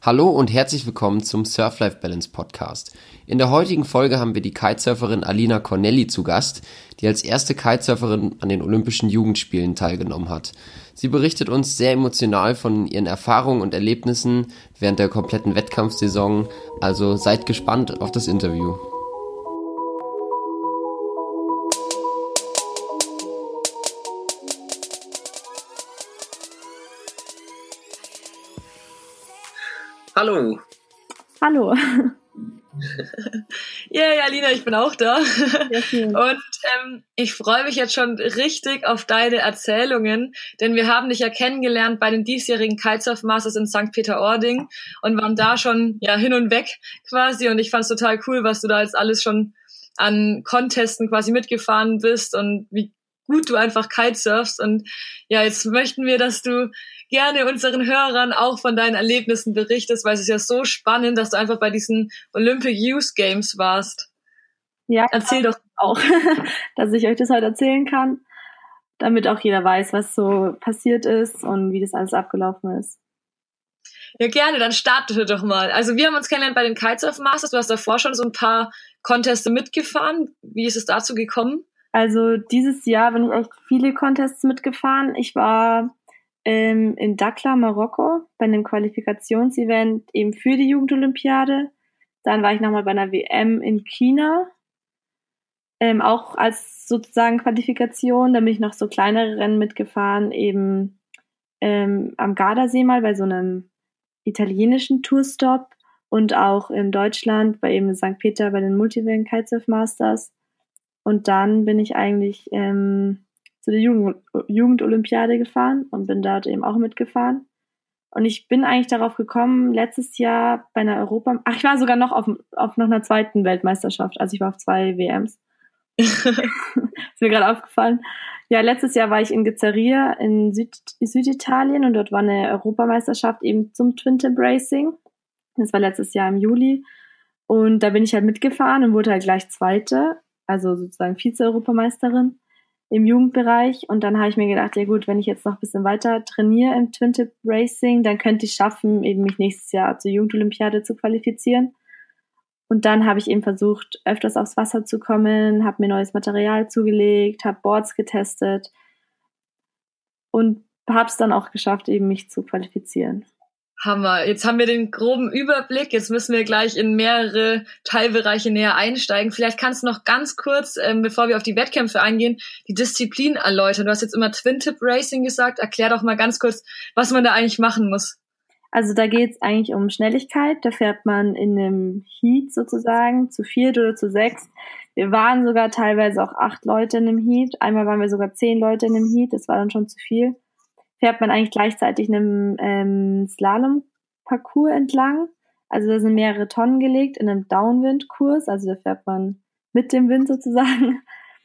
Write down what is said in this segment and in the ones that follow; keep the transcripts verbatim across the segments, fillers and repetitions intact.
Hallo und herzlich willkommen zum Surf-Life-Balance Podcast. In der heutigen Folge haben wir die Kitesurferin Alina Cornelli zu Gast, die als erste Kitesurferin an den Olympischen Jugendspielen teilgenommen hat. Sie berichtet uns sehr emotional von ihren Erfahrungen und Erlebnissen während der kompletten Wettkampfsaison, also seid gespannt auf das Interview. Hallo. Hallo. Ja, yeah, Alina, ich bin auch da. Ja, schön. Und ähm, ich freue mich jetzt schon richtig auf deine Erzählungen, denn wir haben dich ja kennengelernt bei den diesjährigen Kitesurf Masters in Sankt Peter-Ording und waren da schon ja hin und weg quasi. Und ich fand es total cool, was du da jetzt alles schon an Contesten quasi mitgefahren bist und wie gut du einfach Kitesurfst. Und ja, jetzt möchten wir, dass du gerne unseren Hörern auch von deinen Erlebnissen berichtest, weil es ist ja so spannend, dass du einfach bei diesen Olympic Youth Games warst. Ja, erzähl doch auch, dass ich euch das heute erzählen kann, damit auch jeder weiß, was so passiert ist und wie das alles abgelaufen ist. Ja, gerne, dann starte doch mal. Also wir haben uns kennengelernt bei den Kitesurf Masters. Du hast davor schon so ein paar Conteste mitgefahren. Wie ist es dazu gekommen? Also dieses Jahr bin ich echt viele Contests mitgefahren. Ich war ähm, in Dakhla, Marokko, bei einem Qualifikationsevent eben für die Jugendolympiade. Dann war ich nochmal bei einer W M in China, ähm, auch als sozusagen Qualifikation. Da bin ich noch so kleinere Rennen mitgefahren, eben ähm, am Gardasee mal bei so einem italienischen Tourstop und auch in Deutschland bei eben Sankt Peter bei den Multivalent Kitesurf Masters. Und dann bin ich eigentlich ähm, zu der Jugend- Jugendolympiade gefahren und bin dort eben auch mitgefahren. Und ich bin eigentlich darauf gekommen, letztes Jahr bei einer Europa... Ach, ich war sogar noch auf, auf noch einer zweiten Weltmeisterschaft. Also ich war auf zwei W Ms. Ist mir gerade aufgefallen. Ja, letztes Jahr war ich in Gizzeria in Süd- Süditalien und dort war eine Europameisterschaft eben zum Twin Tip Racing. Das war letztes Jahr im Juli. Und da bin ich halt mitgefahren und wurde halt gleich Zweite. Also sozusagen Vize-Europameisterin im Jugendbereich. Und dann habe ich mir gedacht, ja gut, wenn ich jetzt noch ein bisschen weiter trainiere im Twin Tip Racing, dann könnte ich schaffen, eben mich nächstes Jahr zur Jugendolympiade zu qualifizieren. Und dann habe ich eben versucht, öfters aufs Wasser zu kommen, habe mir neues Material zugelegt, habe Boards getestet und habe es dann auch geschafft, eben mich zu qualifizieren. Hammer. Jetzt haben wir den groben Überblick. Jetzt müssen wir gleich in mehrere Teilbereiche näher einsteigen. Vielleicht kannst du noch ganz kurz, ähm, bevor wir auf die Wettkämpfe eingehen, die Disziplin erläutern. Du hast jetzt immer Twin-Tip Racing gesagt. Erklär doch mal ganz kurz, was man da eigentlich machen muss. Also da geht es eigentlich um Schnelligkeit. Da fährt man in einem Heat sozusagen zu viert oder zu sechs. Wir waren sogar teilweise auch acht Leute in einem Heat. Einmal waren wir sogar zehn Leute in einem Heat. Das war dann schon zu viel. Fährt man eigentlich gleichzeitig einem ähm, Slalom-Parcours entlang. Also da sind mehrere Tonnen gelegt in einem Downwind-Kurs. Also da fährt man mit dem Wind sozusagen.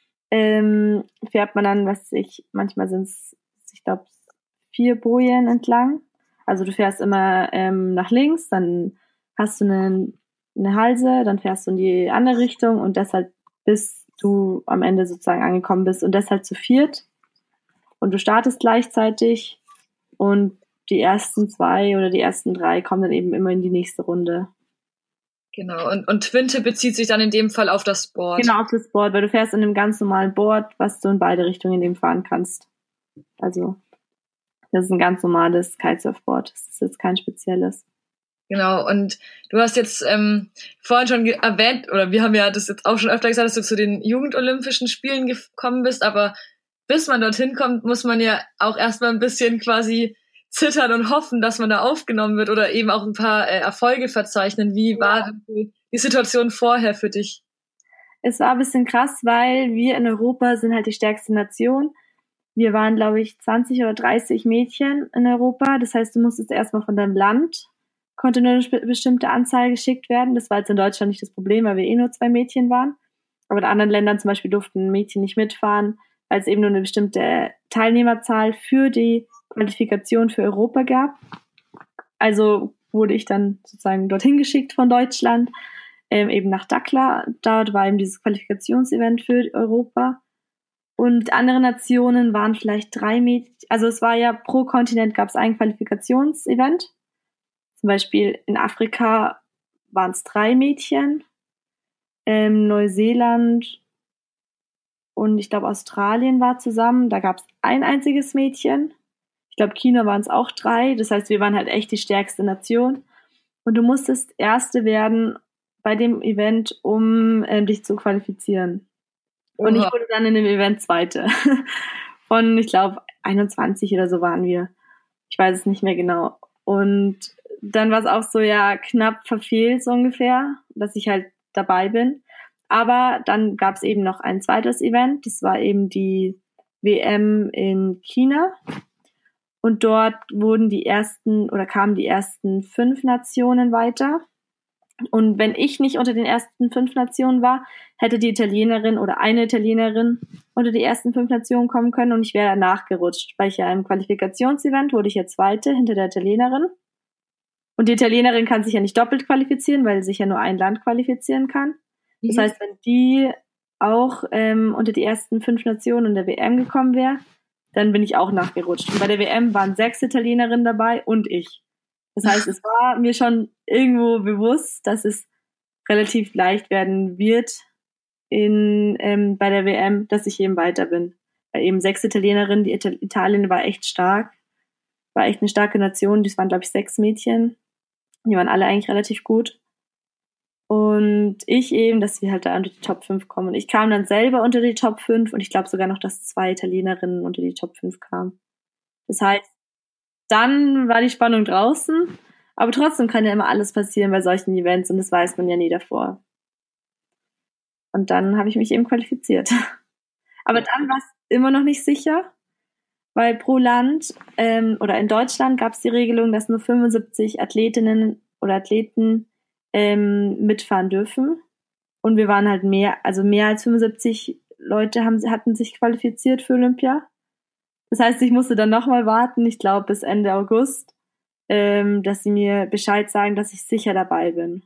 Ähm, fährt man dann, was weiß ich, manchmal sind es, ich glaube, vier Bojen entlang. Also du fährst immer ähm, nach links, dann hast du eine, eine Halse, dann fährst du in die andere Richtung und deshalb bis du am Ende sozusagen angekommen bist und deshalb zu viert. Und du startest gleichzeitig und die ersten zwei oder die ersten drei kommen dann eben immer in die nächste Runde. Genau, und, und Twin-Tip bezieht sich dann in dem Fall auf das Board. Genau, auf das Board, weil du fährst in einem ganz normalen Board, was du in beide Richtungen eben fahren kannst. Also das ist ein ganz normales Kitesurfboard, das ist jetzt kein spezielles. Genau, und du hast jetzt ähm, vorhin schon ge- erwähnt, oder wir haben ja das jetzt auch schon öfter gesagt, dass du zu den Jugendolympischen Spielen gekommen bist, aber bis man dorthin kommt, muss man ja auch erstmal ein bisschen quasi zittern und hoffen, dass man da aufgenommen wird oder eben auch ein paar äh, Erfolge verzeichnen. Wie war die, die Situation vorher für dich? Es war ein bisschen krass, weil wir in Europa sind halt die stärkste Nation. Wir waren, glaube ich, zwanzig oder dreißig Mädchen in Europa. Das heißt, du musstest erstmal von deinem Land, konnte nur eine bestimmte Anzahl geschickt werden. Das war jetzt in Deutschland nicht das Problem, weil wir eh nur zwei Mädchen waren. Aber in anderen Ländern zum Beispiel durften Mädchen nicht mitfahren, weil es eben nur eine bestimmte Teilnehmerzahl für die Qualifikation für Europa gab. Also wurde ich dann sozusagen dorthin geschickt von Deutschland, ähm, eben nach Dakhla. Dort war eben dieses Qualifikationsevent für Europa. Und andere Nationen waren vielleicht drei Mädchen. Also es war ja pro Kontinent gab es ein Qualifikationsevent. Zum Beispiel in Afrika waren es drei Mädchen, ähm, Neuseeland und ich glaube Australien war zusammen. Da gab es ein einziges Mädchen. Ich glaube China waren es auch drei. Das heißt, wir waren halt echt die stärkste Nation. Und du musstest Erste werden bei dem Event, um ähm, dich zu qualifizieren. Und ich wurde dann in dem Event Zweite. Von, ich glaube, einundzwanzig oder so waren wir. Ich weiß es nicht mehr genau. Und dann war es auch so, ja, knapp verfehlt so ungefähr, dass ich halt dabei bin. Aber dann gab es eben noch ein zweites Event. Das war eben die W M in China. Und dort wurden die ersten oder kamen die ersten fünf Nationen weiter. Und wenn ich nicht unter den ersten fünf Nationen war, hätte die Italienerin oder eine Italienerin unter die ersten fünf Nationen kommen können und ich wäre nachgerutscht, weil ich ja im Qualifikationsevent wurde ich ja Zweite hinter der Italienerin. Und die Italienerin kann sich ja nicht doppelt qualifizieren, weil sich ja nur ein Land qualifizieren kann. Mhm. Das heißt, wenn die auch ähm, unter die ersten fünf Nationen in der W M gekommen wäre, dann bin ich auch nachgerutscht. Und bei der W M waren sechs Italienerinnen dabei und ich. Das heißt, es war mir schon irgendwo bewusst, dass es relativ leicht werden wird in, ähm, bei der W M, dass ich eben weiter bin. Weil eben sechs Italienerinnen, die Ital- Italien war echt stark, war echt eine starke Nation. Das waren, glaube ich, sechs Mädchen. Die waren alle eigentlich relativ gut. Und ich eben, dass wir halt da unter die Top fünf kommen. Und ich kam dann selber unter die Top fünf und ich glaube sogar noch, dass zwei Italienerinnen unter die Top fünf kamen. Das heißt, dann war die Spannung draußen, aber trotzdem kann ja immer alles passieren bei solchen Events und das weiß man ja nie davor. Und dann habe ich mich eben qualifiziert. Aber dann war es immer noch nicht sicher, weil pro Land ähm, oder in Deutschland gab es die Regelung, dass nur fünfundsiebzig Athletinnen oder Athleten ähm, mitfahren dürfen. Und wir waren halt mehr, also mehr als fünfundsiebzig Leute haben, hatten sich qualifiziert für Olympia. Das heißt, ich musste dann nochmal warten, ich glaube bis Ende August, ähm, dass sie mir Bescheid sagen, dass ich sicher dabei bin.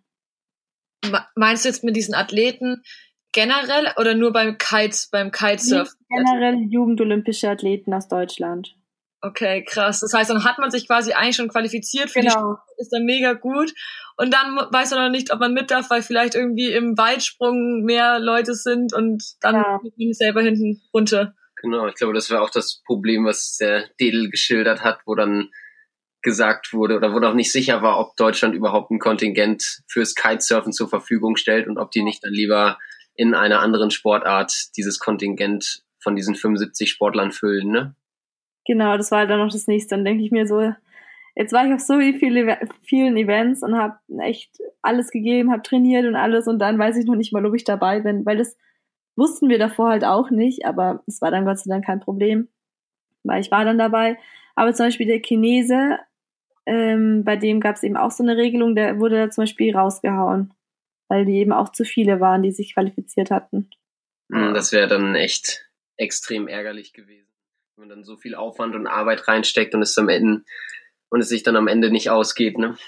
Meinst du jetzt mit diesen Athleten generell oder nur beim Kites, beim Kitesurf? Generell jugendolympische Athleten aus Deutschland. Okay, krass. Das heißt, dann hat man sich quasi eigentlich schon qualifiziert für genau. die, ist dann mega gut. Und dann weiß man noch nicht, ob man mit darf, weil vielleicht irgendwie im Weitsprung mehr Leute sind und dann ja. bin ich selber hinten runter. Genau, ich glaube, das war auch das Problem, was der Dedel geschildert hat, wo dann gesagt wurde oder wo noch nicht sicher war, ob Deutschland überhaupt ein Kontingent fürs Kitesurfen zur Verfügung stellt und ob die nicht dann lieber in einer anderen Sportart dieses Kontingent von diesen fünfundsiebzig Sportlern füllen, ne? Genau, das war dann noch das Nächste. Dann denke ich mir so, jetzt war ich auf so viele, vielen Events und habe echt alles gegeben, habe trainiert und alles und dann weiß ich noch nicht mal, ob ich dabei bin, weil das wussten wir davor halt auch nicht, aber es war dann Gott sei Dank kein Problem, weil ich war dann dabei. Aber zum Beispiel der Chinese, ähm, bei dem gab es eben auch so eine Regelung, der wurde da zum Beispiel rausgehauen, weil die eben auch zu viele waren, die sich qualifiziert hatten. Das wäre dann echt extrem ärgerlich gewesen, wenn man dann so viel Aufwand und Arbeit reinsteckt und es am Ende und es sich dann am Ende nicht ausgeht, ne?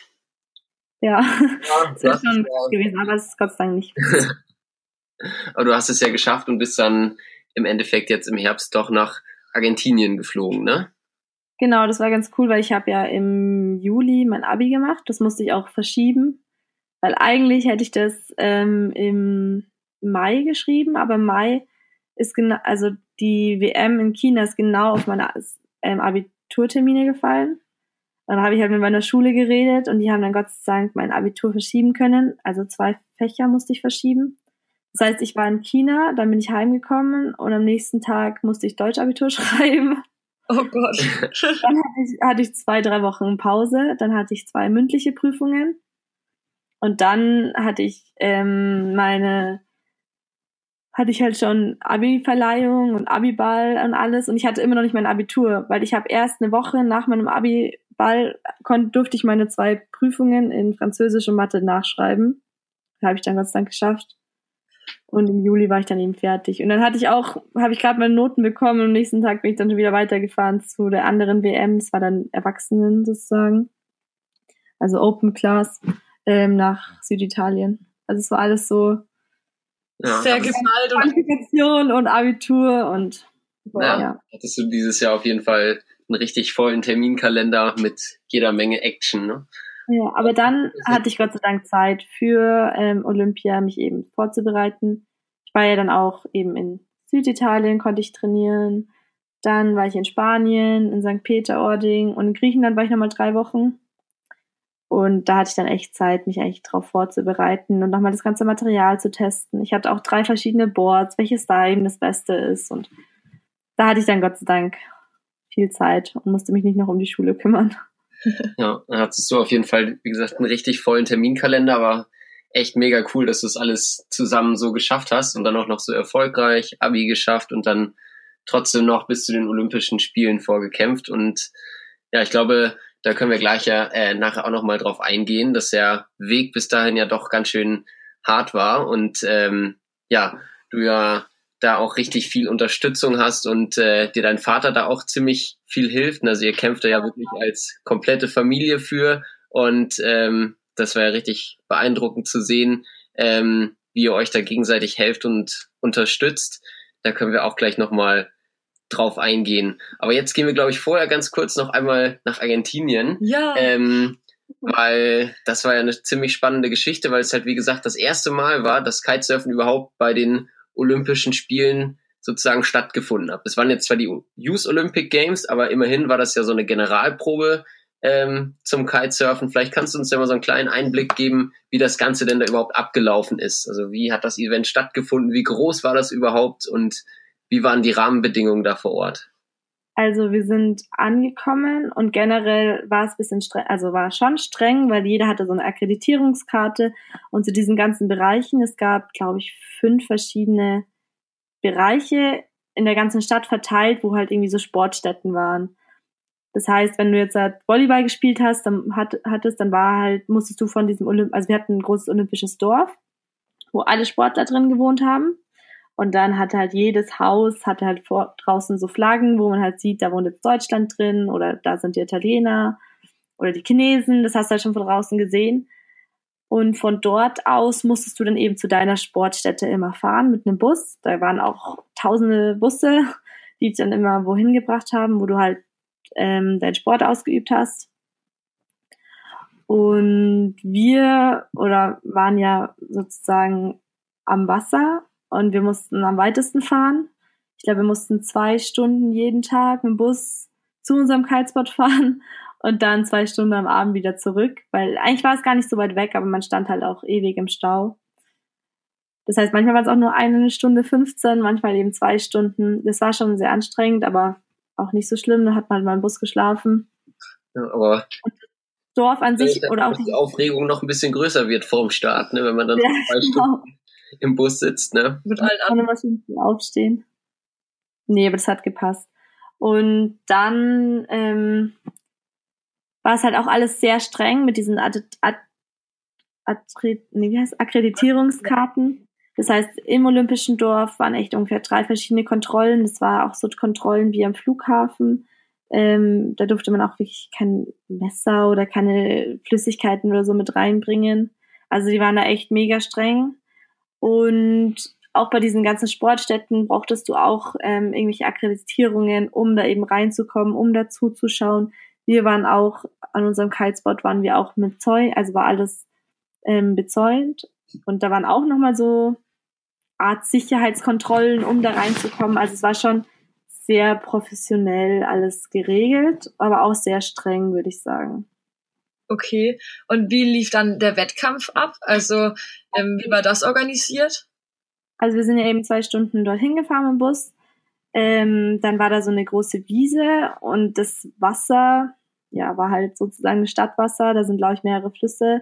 Ja, ja das wäre schon gut gewesen, aber es ist Gott sei Dank nicht. Aber du hast es ja geschafft und bist dann im Endeffekt jetzt im Herbst doch nach Argentinien geflogen, ne? Genau, das war ganz cool, weil ich habe ja im Juli mein Abi gemacht. Das musste ich auch verschieben, weil eigentlich hätte ich das ähm, im Mai geschrieben, aber im Mai ist genau, also die W M in China ist genau auf meine ähm, Abiturtermine gefallen. Dann habe ich halt mit meiner Schule geredet und die haben dann Gott sei Dank mein Abitur verschieben können. Also zwei Fächer musste ich verschieben. Das heißt, ich war in China, dann bin ich heimgekommen und am nächsten Tag musste ich Deutsch-Abitur schreiben. Oh Gott. Dann hatte ich, hatte ich zwei, drei Wochen Pause, dann hatte ich zwei mündliche Prüfungen und dann hatte ich ähm, meine, hatte ich halt schon Abi-Verleihung und Abi-Ball und alles und ich hatte immer noch nicht mein Abitur, weil ich habe erst eine Woche nach meinem Abi-Ball kon- durfte ich meine zwei Prüfungen in Französisch und Mathe nachschreiben. Das habe ich dann Gott sei Dank geschafft. Und im Juli war ich dann eben fertig. Und dann hatte ich auch, habe ich gerade meine Noten bekommen und am nächsten Tag bin ich dann schon wieder weitergefahren zu der anderen W M. Das war dann Erwachsenen sozusagen. Also Open Class ähm, nach Süditalien. Also es war alles so ja, sehr geballt. Qualifikation und Abitur und boah, ja, ja. Hattest du dieses Jahr auf jeden Fall einen richtig vollen Terminkalender mit jeder Menge Action, ne? Ja, aber dann hatte ich Gott sei Dank Zeit für ähm, Olympia, mich eben vorzubereiten. Ich war ja dann auch eben in Süditalien, konnte ich trainieren. Dann war ich in Spanien, in Sankt Peter-Ording und in Griechenland war ich nochmal drei Wochen. Und da hatte ich dann echt Zeit, mich eigentlich darauf vorzubereiten und nochmal das ganze Material zu testen. Ich hatte auch drei verschiedene Boards, welches da eben das Beste ist. Und da hatte ich dann Gott sei Dank viel Zeit und musste mich nicht noch um die Schule kümmern. Ja, dann hattest du auf jeden Fall, wie gesagt, einen richtig vollen Terminkalender, aber echt mega cool, dass du es alles zusammen so geschafft hast und dann auch noch so erfolgreich Abi geschafft und dann trotzdem noch bis zu den Olympischen Spielen vorgekämpft. Und ja, ich glaube, da können wir gleich ja äh, nachher auch nochmal drauf eingehen, dass der Weg bis dahin ja doch ganz schön hart war und ähm, ja, du ja da auch richtig viel Unterstützung hast und äh, dir dein Vater da auch ziemlich viel hilft. Also ihr kämpft da ja wirklich als komplette Familie für und ähm, das war ja richtig beeindruckend zu sehen, ähm, wie ihr euch da gegenseitig helft und unterstützt. Da können wir auch gleich nochmal drauf eingehen. Aber jetzt gehen wir, glaube ich, vorher ganz kurz noch einmal nach Argentinien. Ja. Ähm, weil das war ja eine ziemlich spannende Geschichte, weil es halt, wie gesagt, das erste Mal war, dass Kitesurfen überhaupt bei den Olympischen Spielen sozusagen stattgefunden hat. Es waren jetzt zwar die Youth Olympic Games, aber immerhin war das ja so eine Generalprobe ähm, zum Kitesurfen. Vielleicht kannst du uns ja mal so einen kleinen Einblick geben, wie das Ganze denn da überhaupt abgelaufen ist. Also wie hat das Event stattgefunden? Wie groß war das überhaupt? Und wie waren die Rahmenbedingungen da vor Ort? Also wir sind angekommen und generell war es ein bisschen streng, also war schon streng, weil jeder hatte so eine Akkreditierungskarte und zu diesen ganzen Bereichen, es gab, glaube ich, fünf verschiedene Bereiche in der ganzen Stadt verteilt, wo halt irgendwie so Sportstätten waren. Das heißt, wenn du jetzt halt Volleyball gespielt hast, dann hat, hattest, dann war halt, musstest du von diesem Olymp, also wir hatten ein großes olympisches Dorf, wo alle Sportler drin gewohnt haben. Und dann hatte halt jedes Haus, hatte halt vor, draußen so Flaggen, wo man halt sieht, da wohnt jetzt Deutschland drin oder da sind die Italiener oder die Chinesen. Das hast du halt schon von draußen gesehen. Und von dort aus musstest du dann eben zu deiner Sportstätte immer fahren mit einem Bus. Da waren auch tausende Busse, die dich dann immer wohin gebracht haben, wo du halt ähm, deinen Sport ausgeübt hast. Und wir oder waren ja sozusagen am Wasser. Und wir mussten am weitesten fahren. Ich glaube, wir mussten zwei Stunden jeden Tag mit dem Bus zu unserem Kitespot fahren und dann zwei Stunden am Abend wieder zurück. Weil eigentlich war es gar nicht so weit weg, aber man stand halt auch ewig im Stau. Das heißt, manchmal war es auch nur eine Stunde fünfzehn, manchmal eben zwei Stunden. Das war schon sehr anstrengend, aber auch nicht so schlimm. Da hat man mal im Bus geschlafen. Ja, aber und das Dorf an sich ja, oder auch die Aufregung noch ein bisschen größer wird vorm Start, ne, wenn man dann ja, zwei genau. Stunden im Bus sitzt, ne? Mit allen anderen. Kann man schon aufstehen. Nee, aber das hat gepasst. Und dann ähm, war es halt auch alles sehr streng mit diesen Ad- Ad- Ad- nee, wie heißt, Akkreditierungskarten. Das heißt, im Olympischen Dorf waren echt ungefähr drei verschiedene Kontrollen. Das war auch so Kontrollen wie am Flughafen. Ähm, da durfte man auch wirklich kein Messer oder keine Flüssigkeiten oder so mit reinbringen. Also die waren da echt mega streng. Und auch bei diesen ganzen Sportstätten brauchtest du auch ähm, irgendwelche Akkreditierungen, um da eben reinzukommen, um da zuzuschauen. Wir waren auch, an unserem Kitespot waren wir auch mit Zoll, also war alles ähm, bezäunt. Und da waren auch nochmal so Art Sicherheitskontrollen, um da reinzukommen. Also es war schon sehr professionell alles geregelt, aber auch sehr streng, würde ich sagen. Okay, und wie lief dann der Wettkampf ab? Also ähm, wie war das organisiert? Also wir sind ja eben zwei Stunden dorthin gefahren im Bus. Ähm, dann war da so eine große Wiese und das Wasser, ja, war halt sozusagen Stadtwasser. Da sind, glaube ich, mehrere Flüsse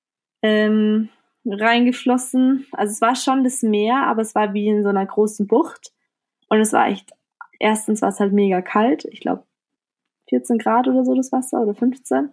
ähm, reingeflossen. Also es war schon das Meer, aber es war wie in so einer großen Bucht. Und es war echt, erstens war es halt mega kalt. Ich glaube vierzehn Grad oder so das Wasser oder fünfzehn.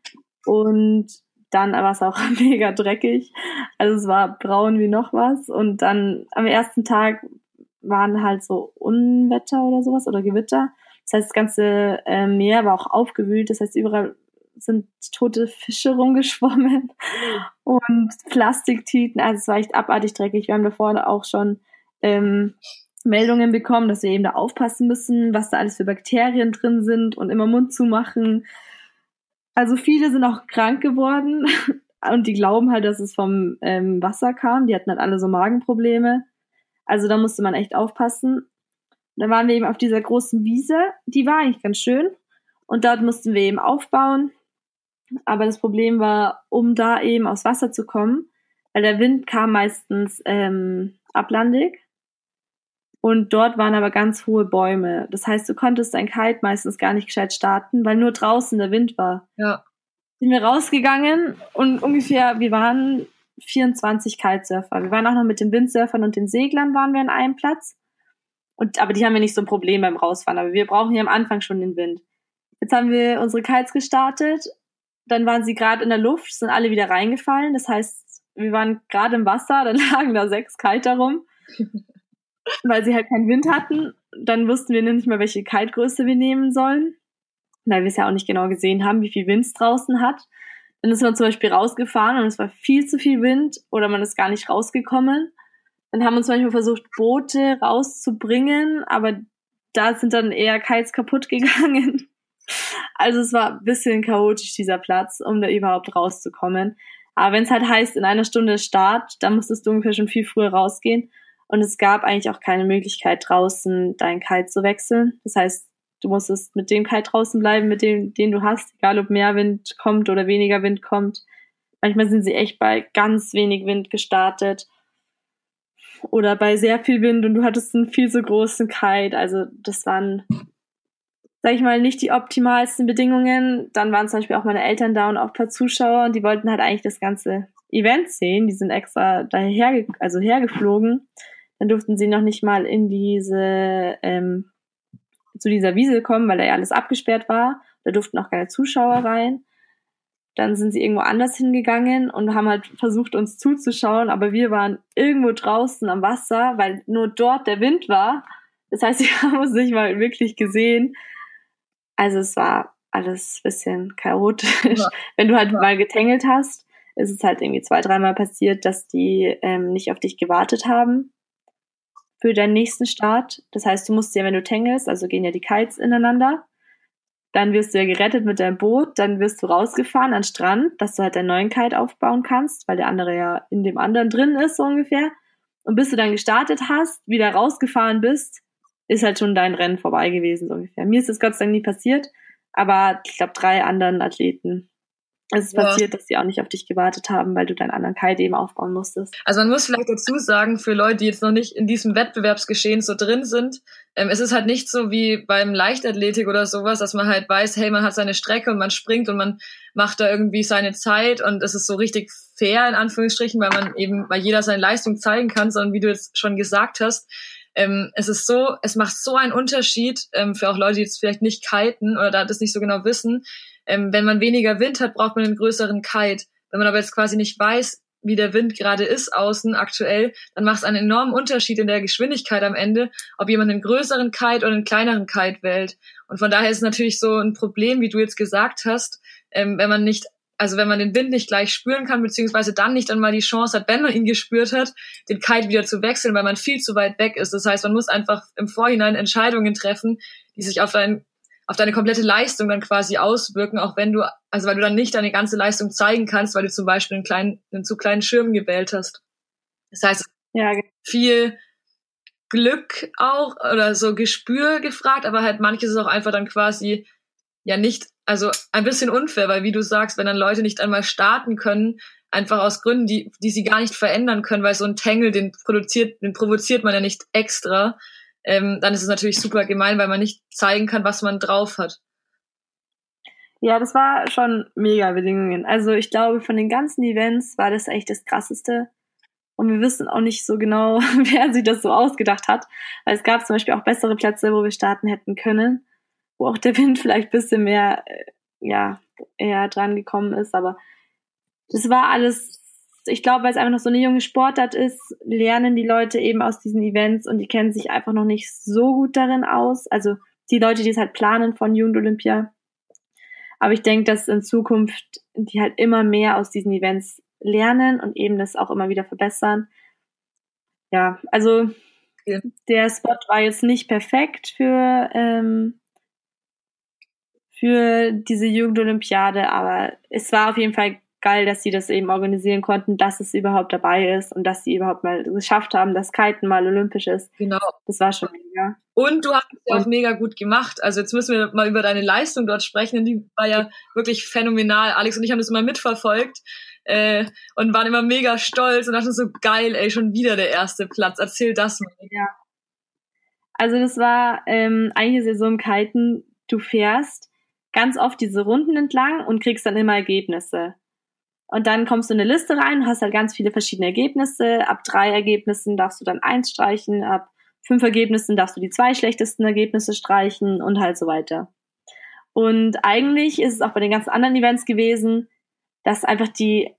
Und dann war es auch mega dreckig. Also es war braun wie noch was. Und dann am ersten Tag waren halt so Unwetter oder sowas oder Gewitter. Das heißt, das ganze äh, Meer war auch aufgewühlt. Das heißt, überall sind tote Fische rumgeschwommen und Plastiktüten. Also es war echt abartig dreckig. Wir haben davor auch schon ähm, Meldungen bekommen, dass wir eben da aufpassen müssen, was da alles für Bakterien drin sind und immer Mund zumachen. Also viele sind auch krank geworden und die glauben halt, dass es vom ähm, Wasser kam. Die hatten halt alle so Magenprobleme. Also da musste man echt aufpassen. Dann waren wir eben auf dieser großen Wiese. Die war eigentlich ganz schön. Und dort mussten wir eben aufbauen. Aber das Problem war, um da eben aufs Wasser zu kommen, weil der Wind kam meistens ähm, ablandig. Und dort waren aber ganz hohe Bäume. Das heißt, du konntest dein Kite meistens gar nicht gescheit starten, weil nur draußen der Wind war. Ja. Sind wir rausgegangen und ungefähr, wir waren vierundzwanzig Kitesurfer. Wir waren auch noch mit den Windsurfern und den Seglern waren wir an einem Platz. Und, aber die haben ja nicht so ein Problem beim Rausfahren. Aber wir brauchen hier am Anfang schon den Wind. Jetzt haben wir unsere Kites gestartet. Dann waren sie gerade in der Luft, sind alle wieder reingefallen. Das heißt, wir waren gerade im Wasser, dann lagen da sechs Kiter rum. Weil sie halt keinen Wind hatten. Dann wussten wir nicht mehr, welche Kitegröße wir nehmen sollen, weil wir es ja auch nicht genau gesehen haben, wie viel Wind es draußen hat. Dann ist man zum Beispiel rausgefahren und es war viel zu viel Wind oder man ist gar nicht rausgekommen. Dann haben wir uns manchmal versucht, Boote rauszubringen, aber da sind dann eher Kites kaputt gegangen. Also es war ein bisschen chaotisch, dieser Platz, um da überhaupt rauszukommen. Aber wenn es halt heißt, in einer Stunde Start, dann musstest du ungefähr schon viel früher rausgehen. Und es gab eigentlich auch keine Möglichkeit, draußen dein Kite zu wechseln. Das heißt, du musstest mit dem Kite draußen bleiben, mit dem, den du hast, egal ob mehr Wind kommt oder weniger Wind kommt. Manchmal sind sie echt bei ganz wenig Wind gestartet oder bei sehr viel Wind und du hattest einen viel zu großen Kite. Also das waren, sag ich mal, nicht die optimalsten Bedingungen. Dann waren zum Beispiel auch meine Eltern da und auch ein paar Zuschauer und die wollten halt eigentlich das ganze Event sehen. Die sind extra daher, also hergeflogen. Dann durften sie noch nicht mal in diese, ähm, zu dieser Wiese kommen, weil da ja alles abgesperrt war. Da durften auch keine Zuschauer rein. Dann sind sie irgendwo anders hingegangen und haben halt versucht, uns zuzuschauen. Aber wir waren irgendwo draußen am Wasser, weil nur dort der Wind war. Das heißt, wir haben uns nicht mal wirklich gesehen. Also es war alles ein bisschen chaotisch. Ja. Wenn du halt ja. mal getängelt hast, ist es halt irgendwie zwei, dreimal passiert, dass die ähm, nicht auf dich gewartet haben für deinen nächsten Start. Das heißt, du musst ja, wenn du tangelst, also gehen ja die Kites ineinander, dann wirst du ja gerettet mit deinem Boot, dann wirst du rausgefahren an den Strand, dass du halt deinen neuen Kite aufbauen kannst, weil der andere ja in dem anderen drin ist, so ungefähr. Und bis du dann gestartet hast, wieder rausgefahren bist, ist halt schon dein Rennen vorbei gewesen, so ungefähr. Mir ist das Gott sei Dank nie passiert, aber ich glaube, drei anderen Athleten es ist ja. passiert, dass sie auch nicht auf dich gewartet haben, weil du deinen anderen Kite eben aufbauen musstest. Also man muss vielleicht dazu sagen, für Leute, die jetzt noch nicht in diesem Wettbewerbsgeschehen so drin sind, ähm, es ist halt nicht so wie beim Leichtathletik oder sowas, dass man halt weiß, hey, man hat seine Strecke und man springt und man macht da irgendwie seine Zeit und es ist so richtig fair, in Anführungsstrichen, weil man eben, weil jeder seine Leistung zeigen kann, sondern wie du jetzt schon gesagt hast, ähm, es ist so, es macht so einen Unterschied, ähm, für auch Leute, die jetzt vielleicht nicht kiten oder da das nicht so genau wissen. Ähm, wenn man weniger Wind hat, braucht man einen größeren Kite. Wenn man aber jetzt quasi nicht weiß, wie der Wind gerade ist außen aktuell, dann macht es einen enormen Unterschied in der Geschwindigkeit am Ende, ob jemand einen größeren Kite oder einen kleineren Kite wählt. Und von daher ist es natürlich so ein Problem, wie du jetzt gesagt hast, ähm, wenn man nicht, also wenn man den Wind nicht gleich spüren kann, beziehungsweise dann nicht einmal die Chance hat, wenn man ihn gespürt hat, den Kite wieder zu wechseln, weil man viel zu weit weg ist. Das heißt, man muss einfach im Vorhinein Entscheidungen treffen, die sich auf dein auf deine komplette Leistung dann quasi auswirken, auch wenn du, also weil du dann nicht deine ganze Leistung zeigen kannst, weil du zum Beispiel einen kleinen, einen zu kleinen Schirm gewählt hast. Das heißt, ja, viel Glück auch oder so Gespür gefragt, aber halt manches ist auch einfach dann quasi ja nicht, also ein bisschen unfair, weil wie du sagst, wenn dann Leute nicht einmal starten können, einfach aus Gründen, die, die sie gar nicht verändern können, weil so ein Tangle, den produziert, den provoziert man ja nicht extra, Ähm, dann ist es natürlich super gemein, weil man nicht zeigen kann, was man drauf hat. Ja, das war schon mega Bedingungen. Also ich glaube, von den ganzen Events war das echt das Krasseste. Und wir wissen auch nicht so genau, wer sich das so ausgedacht hat. Weil es gab zum Beispiel auch bessere Plätze, wo wir starten hätten können, wo auch der Wind vielleicht ein bisschen mehr, äh, ja, eher dran gekommen ist. Aber das war alles, ich glaube, weil es einfach noch so eine junge Sportart ist, lernen die Leute eben aus diesen Events und die kennen sich einfach noch nicht so gut darin aus. Also die Leute, die es halt planen von Jugend-Olympia. Aber ich denke, dass in Zukunft die halt immer mehr aus diesen Events lernen und eben das auch immer wieder verbessern. Ja, also ja. Der Spot war jetzt nicht perfekt für, ähm, für diese Jugendolympiade, aber es war auf jeden Fall geil, dass sie das eben organisieren konnten, dass es überhaupt dabei ist und dass sie überhaupt mal geschafft haben, dass Kiten mal olympisch ist. Genau. Das war schon mega. Und du hast es ja auch mega gut gemacht. Also jetzt müssen wir mal über deine Leistung dort sprechen, denn die war ja wirklich phänomenal. Alex und ich haben das immer mitverfolgt äh, und waren immer mega stolz und dachten so, geil, ey, schon wieder der erste Platz. Erzähl das mal. Ja. Also das war, ähm, eigentlich ist ja so im Kiten, du fährst ganz oft diese Runden entlang und kriegst dann immer Ergebnisse. Und dann kommst du in eine Liste rein, hast halt ganz viele verschiedene Ergebnisse. Ab drei Ergebnissen darfst du dann eins streichen, ab fünf Ergebnissen darfst du die zwei schlechtesten Ergebnisse streichen und halt so weiter. Und eigentlich ist es auch bei den ganzen anderen Events gewesen, dass einfach die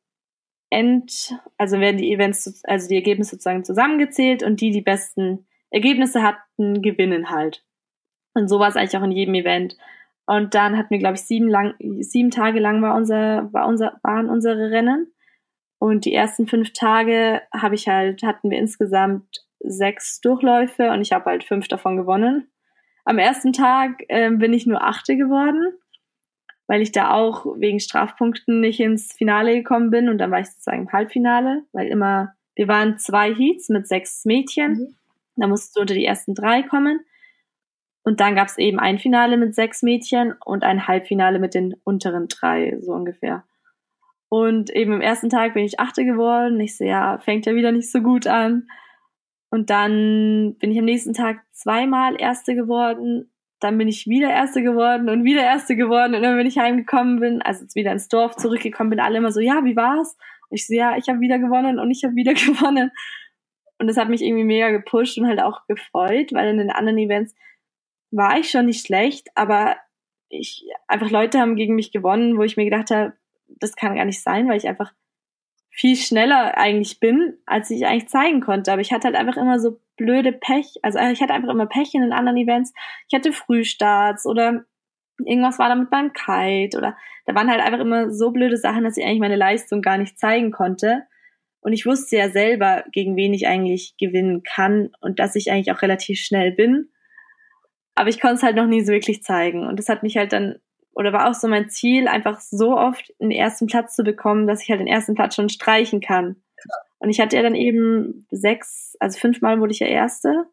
End, also werden die Events, also die Ergebnisse sozusagen zusammengezählt und die, die besten Ergebnisse hatten, gewinnen halt. Und so war es eigentlich auch in jedem Event. Und dann hatten wir, glaube ich, sieben, lang, sieben Tage lang war unser, war unser, waren unsere Rennen. Und die ersten fünf Tage habe ich halt, hatten wir insgesamt sechs Durchläufe und ich habe halt fünf davon gewonnen. Am ersten Tag äh, bin ich nur Achte geworden, weil ich da auch wegen Strafpunkten nicht ins Finale gekommen bin. Und dann war ich sozusagen im Halbfinale, weil immer, wir waren zwei Heats mit sechs Mädchen. Mhm. Da musstest du unter die ersten drei kommen. Und dann gab es eben ein Finale mit sechs Mädchen und ein Halbfinale mit den unteren drei, so ungefähr. Und eben am ersten Tag bin ich Achte geworden. Ich so, ja, fängt ja wieder nicht so gut an. Und dann bin ich am nächsten Tag zweimal Erste geworden. Dann bin ich wieder Erste geworden und wieder Erste geworden. Und dann, wenn ich heimgekommen bin, also jetzt wieder ins Dorf zurückgekommen bin, alle immer so, ja, wie war's? Und ich so, ja, ich habe wieder gewonnen und ich habe wieder gewonnen. Und das hat mich irgendwie mega gepusht und halt auch gefreut, weil in den anderen Events war ich schon nicht schlecht, aber ich einfach Leute haben gegen mich gewonnen, wo ich mir gedacht habe, das kann gar nicht sein, weil ich einfach viel schneller eigentlich bin, als ich eigentlich zeigen konnte. Aber ich hatte halt einfach immer so blöde Pech. Also ich hatte einfach immer Pech in den anderen Events. Ich hatte Frühstarts oder irgendwas war damit beim Kite oder da waren halt einfach immer so blöde Sachen, dass ich eigentlich meine Leistung gar nicht zeigen konnte. Und ich wusste ja selber, gegen wen ich eigentlich gewinnen kann und dass ich eigentlich auch relativ schnell bin. Aber ich konnte es halt noch nie so wirklich zeigen. Und das hat mich halt dann, oder war auch so mein Ziel, einfach so oft den ersten Platz zu bekommen, dass ich halt den ersten Platz schon streichen kann. Und ich hatte ja dann eben sechs, also fünfmal wurde ich ja Erste.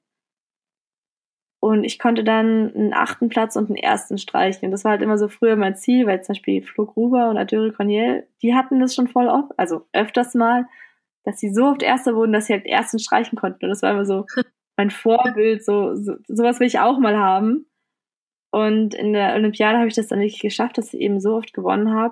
Und ich konnte dann einen achten Platz und einen ersten streichen. Und das war halt immer so früher mein Ziel, weil zum Beispiel Flo Gruber und Adöre Corniel, die hatten das schon voll oft, also öfters mal, dass sie so oft Erster wurden, dass sie halt den ersten streichen konnten. Und das war immer so mein Vorbild, so, so sowas will ich auch mal haben. Und in der Olympiade habe ich das dann wirklich geschafft, dass ich eben so oft gewonnen habe.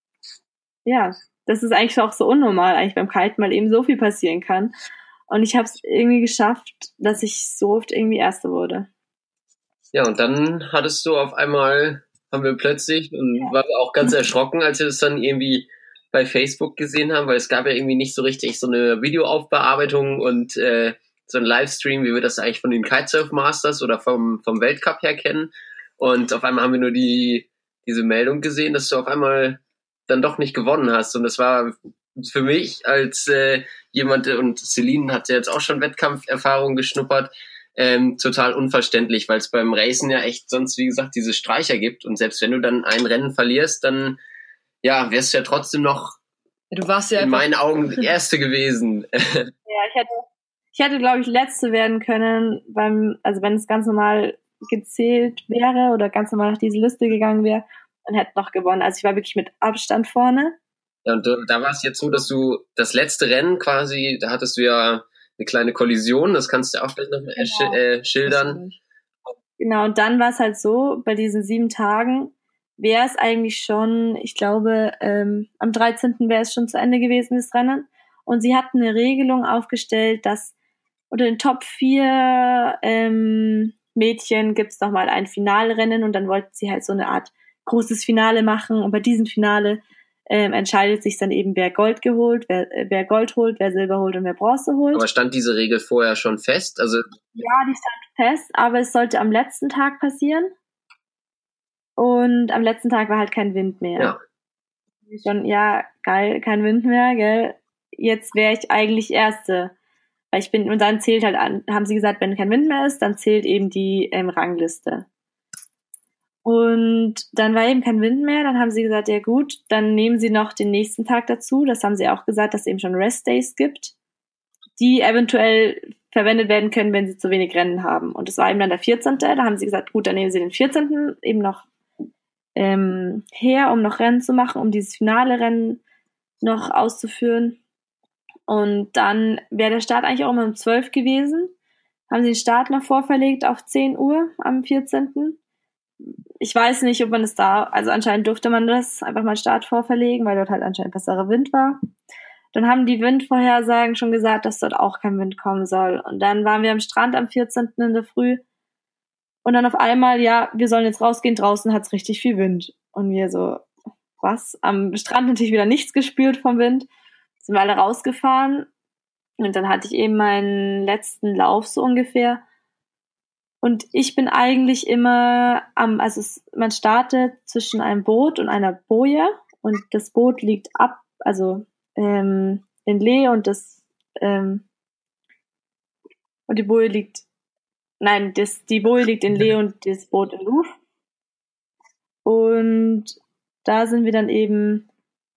Ja, das ist eigentlich auch so unnormal, eigentlich beim Kiten, weil eben so viel passieren kann. Und ich habe es irgendwie geschafft, dass ich so oft irgendwie Erste wurde. Ja, und dann hattest du auf einmal, haben wir plötzlich, und ja. waren auch ganz erschrocken, als wir das dann irgendwie bei Facebook gesehen haben, weil es gab ja irgendwie nicht so richtig so eine Videoaufbearbeitung und äh, so ein Livestream, wie wir das eigentlich von den Kitesurf Masters oder vom vom Weltcup her kennen. Und auf einmal haben wir nur die diese Meldung gesehen, dass du auf einmal dann doch nicht gewonnen hast. Und das war für mich als äh, jemand, und Celine hat ja jetzt auch schon Wettkampferfahrung geschnuppert, ähm, total unverständlich, weil es beim Racen ja echt sonst, wie gesagt, diese Streicher gibt. Und selbst wenn du dann ein Rennen verlierst, dann ja, wärst du ja trotzdem noch du warst ja in meinen Augen die Erste gewesen. Ja, ich hätte Ich hätte, glaube ich, Letzte werden können, beim, also wenn es ganz normal gezählt wäre oder ganz normal nach dieser Liste gegangen wäre, dann hätte noch gewonnen. Also ich war wirklich mit Abstand vorne. Ja, und da war es jetzt so, dass du das letzte Rennen quasi, da hattest du ja eine kleine Kollision, das kannst du auch vielleicht noch genau. äh, schildern. Genau, und dann war es halt so, bei diesen sieben Tagen wäre es eigentlich schon, ich glaube, ähm, am dreizehnten wäre es schon zu Ende gewesen, das Rennen. Und sie hatten eine Regelung aufgestellt, dass unter den Top vier ähm, Mädchen gibt's noch mal ein Finalrennen und dann wollten sie halt so eine Art großes Finale machen. Und bei diesem Finale ähm, entscheidet sich dann eben, wer Gold geholt, wer, äh, wer Gold holt, wer Silber holt und wer Bronze holt. Aber stand diese Regel vorher schon fest? Also ja, die stand fest, aber es sollte am letzten Tag passieren. Und am letzten Tag war halt kein Wind mehr. Ja. Schon, ja, geil, kein Wind mehr, gell. Jetzt wäre ich eigentlich Erste. Weil ich bin, und dann zählt halt an, haben sie gesagt, wenn kein Wind mehr ist, dann zählt eben die ähm, Rangliste. Und dann war eben kein Wind mehr. Dann haben sie gesagt, ja gut, dann nehmen sie noch den nächsten Tag dazu. Das haben sie auch gesagt, dass es eben schon Rest-Days gibt, die eventuell verwendet werden können, wenn sie zu wenig Rennen haben. Und das war eben dann der vierzehnte Da haben sie gesagt, gut, dann nehmen sie den vierzehnten eben noch ähm, her, um noch Rennen zu machen, um dieses finale Rennen noch auszuführen. Und dann wäre der Start eigentlich auch immer um zwölf gewesen. Haben sie den Start noch vorverlegt auf zehn Uhr am vierzehnten Ich weiß nicht, ob man es da, also anscheinend durfte man das einfach mal Start vorverlegen, weil dort halt anscheinend besserer Wind war. Dann haben die Windvorhersagen schon gesagt, dass dort auch kein Wind kommen soll. Und dann waren wir am Strand am vierzehnten in der Früh. Und dann auf einmal, ja, wir sollen jetzt rausgehen, draußen hat's richtig viel Wind. Und wir so, was? Am Strand natürlich wieder nichts gespürt vom Wind. Sind wir alle rausgefahren. Und dann hatte ich eben meinen letzten Lauf so ungefähr. Und ich bin eigentlich immer am, also es, man startet zwischen einem Boot und einer Boje. Und das Boot liegt ab, also ähm, in Lee und das ähm, und die Boje liegt, nein, das, die Boje liegt in Lee und das Boot in Luv. Und da sind wir dann eben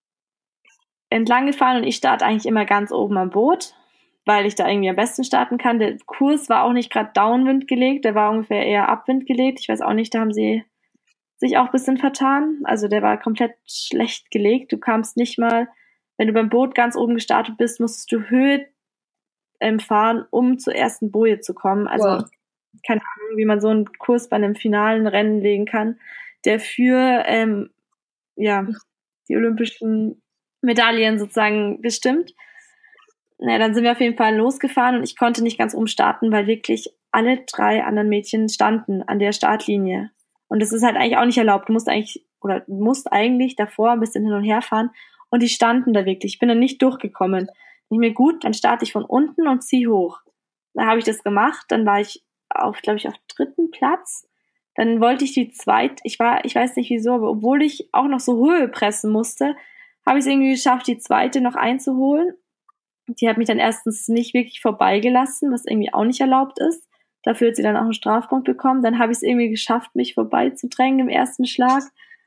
entlang gefahren und ich starte eigentlich immer ganz oben am Boot, weil ich da irgendwie am besten starten kann. Der Kurs war auch nicht gerade Downwind gelegt, der war ungefähr eher Upwind gelegt. Ich weiß auch nicht, da haben sie sich auch ein bisschen vertan. Also der war komplett schlecht gelegt. Du kamst nicht mal, wenn du beim Boot ganz oben gestartet bist, musstest du Höhe ähm, fahren, um zur ersten Boje zu kommen. Also wow. Keine Ahnung, wie man so einen Kurs bei einem finalen Rennen legen kann, der für ähm, ja die olympischen Medaillen sozusagen bestimmt. Naja, dann sind wir auf jeden Fall losgefahren und ich konnte nicht ganz umstarten, weil wirklich alle drei anderen Mädchen standen an der Startlinie. Und das ist halt eigentlich auch nicht erlaubt. Du musst eigentlich, oder du musst eigentlich davor ein bisschen hin und her fahren und die standen da wirklich. Ich bin dann nicht durchgekommen. Ich mir gut, dann starte ich von unten und zieh hoch. Da habe ich das gemacht, dann war ich auf, glaube ich, auf dritten Platz. Dann wollte ich die zweit, ich war, ich weiß nicht wieso, aber obwohl ich auch noch so Höhe pressen musste, habe ich es irgendwie geschafft, die zweite noch einzuholen. Die hat mich dann erstens nicht wirklich vorbeigelassen, was irgendwie auch nicht erlaubt ist. Dafür hat sie dann auch einen Strafpunkt bekommen. Dann habe ich es irgendwie geschafft, mich vorbeizudrängen im ersten Schlag.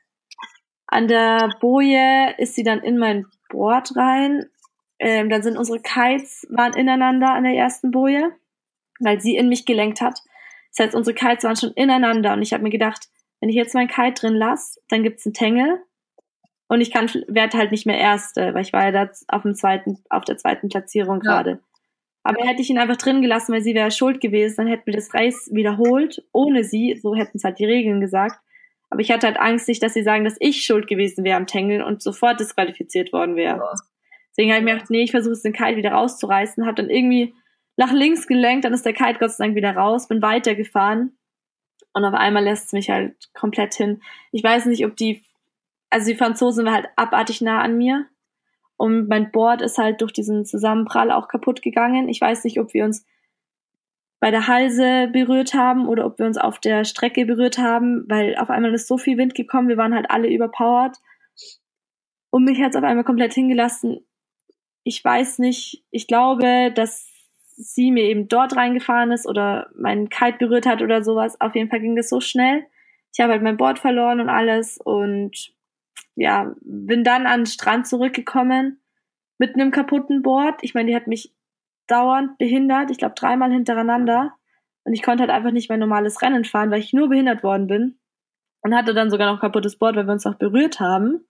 An der Boje ist sie dann in mein Board rein. Ähm, dann sind unsere Kites, waren ineinander an der ersten Boje, weil sie in mich gelenkt hat. Das heißt, unsere Kites waren schon ineinander und ich habe mir gedacht, wenn ich jetzt meinen Kite drin lasse, dann gibt's einen Tangle. Und ich kann, werde halt nicht mehr Erste, weil ich war ja da auf dem zweiten, auf der zweiten Platzierung gerade. Ja. Aber hätte ich ihn einfach drin gelassen, weil sie wäre schuld gewesen, dann hätten wir das Race wiederholt, ohne sie, so hätten es halt die Regeln gesagt. Aber ich hatte halt Angst, nicht, dass sie sagen, dass ich schuld gewesen wäre am Tangeln und sofort disqualifiziert worden wäre. Ja. Deswegen habe ich mir gedacht, nee, ich versuche es den Kite wieder rauszureißen, habe dann irgendwie nach links gelenkt, dann ist der Kite Gott sei Dank wieder raus, bin weitergefahren und auf einmal lässt es mich halt komplett hin. Ich weiß nicht, ob die Also die Franzosen war halt abartig nah an mir und mein Board ist halt durch diesen Zusammenprall auch kaputt gegangen. Ich weiß nicht, ob wir uns bei der Halse berührt haben oder ob wir uns auf der Strecke berührt haben, weil auf einmal ist so viel Wind gekommen, wir waren halt alle überpowered und mich hat es auf einmal komplett hingelassen. Ich weiß nicht, ich glaube, dass sie mir eben dort reingefahren ist oder meinen Kite berührt hat oder sowas. Auf jeden Fall ging das so schnell. Ich habe halt mein Board verloren und alles und ja, bin dann an den Strand zurückgekommen mit einem kaputten Board. Ich meine, die hat mich dauernd behindert, ich glaube dreimal hintereinander. Und ich konnte halt einfach nicht mein normales Rennen fahren, weil ich nur behindert worden bin. Und hatte dann sogar noch ein kaputtes Board, weil wir uns noch berührt haben.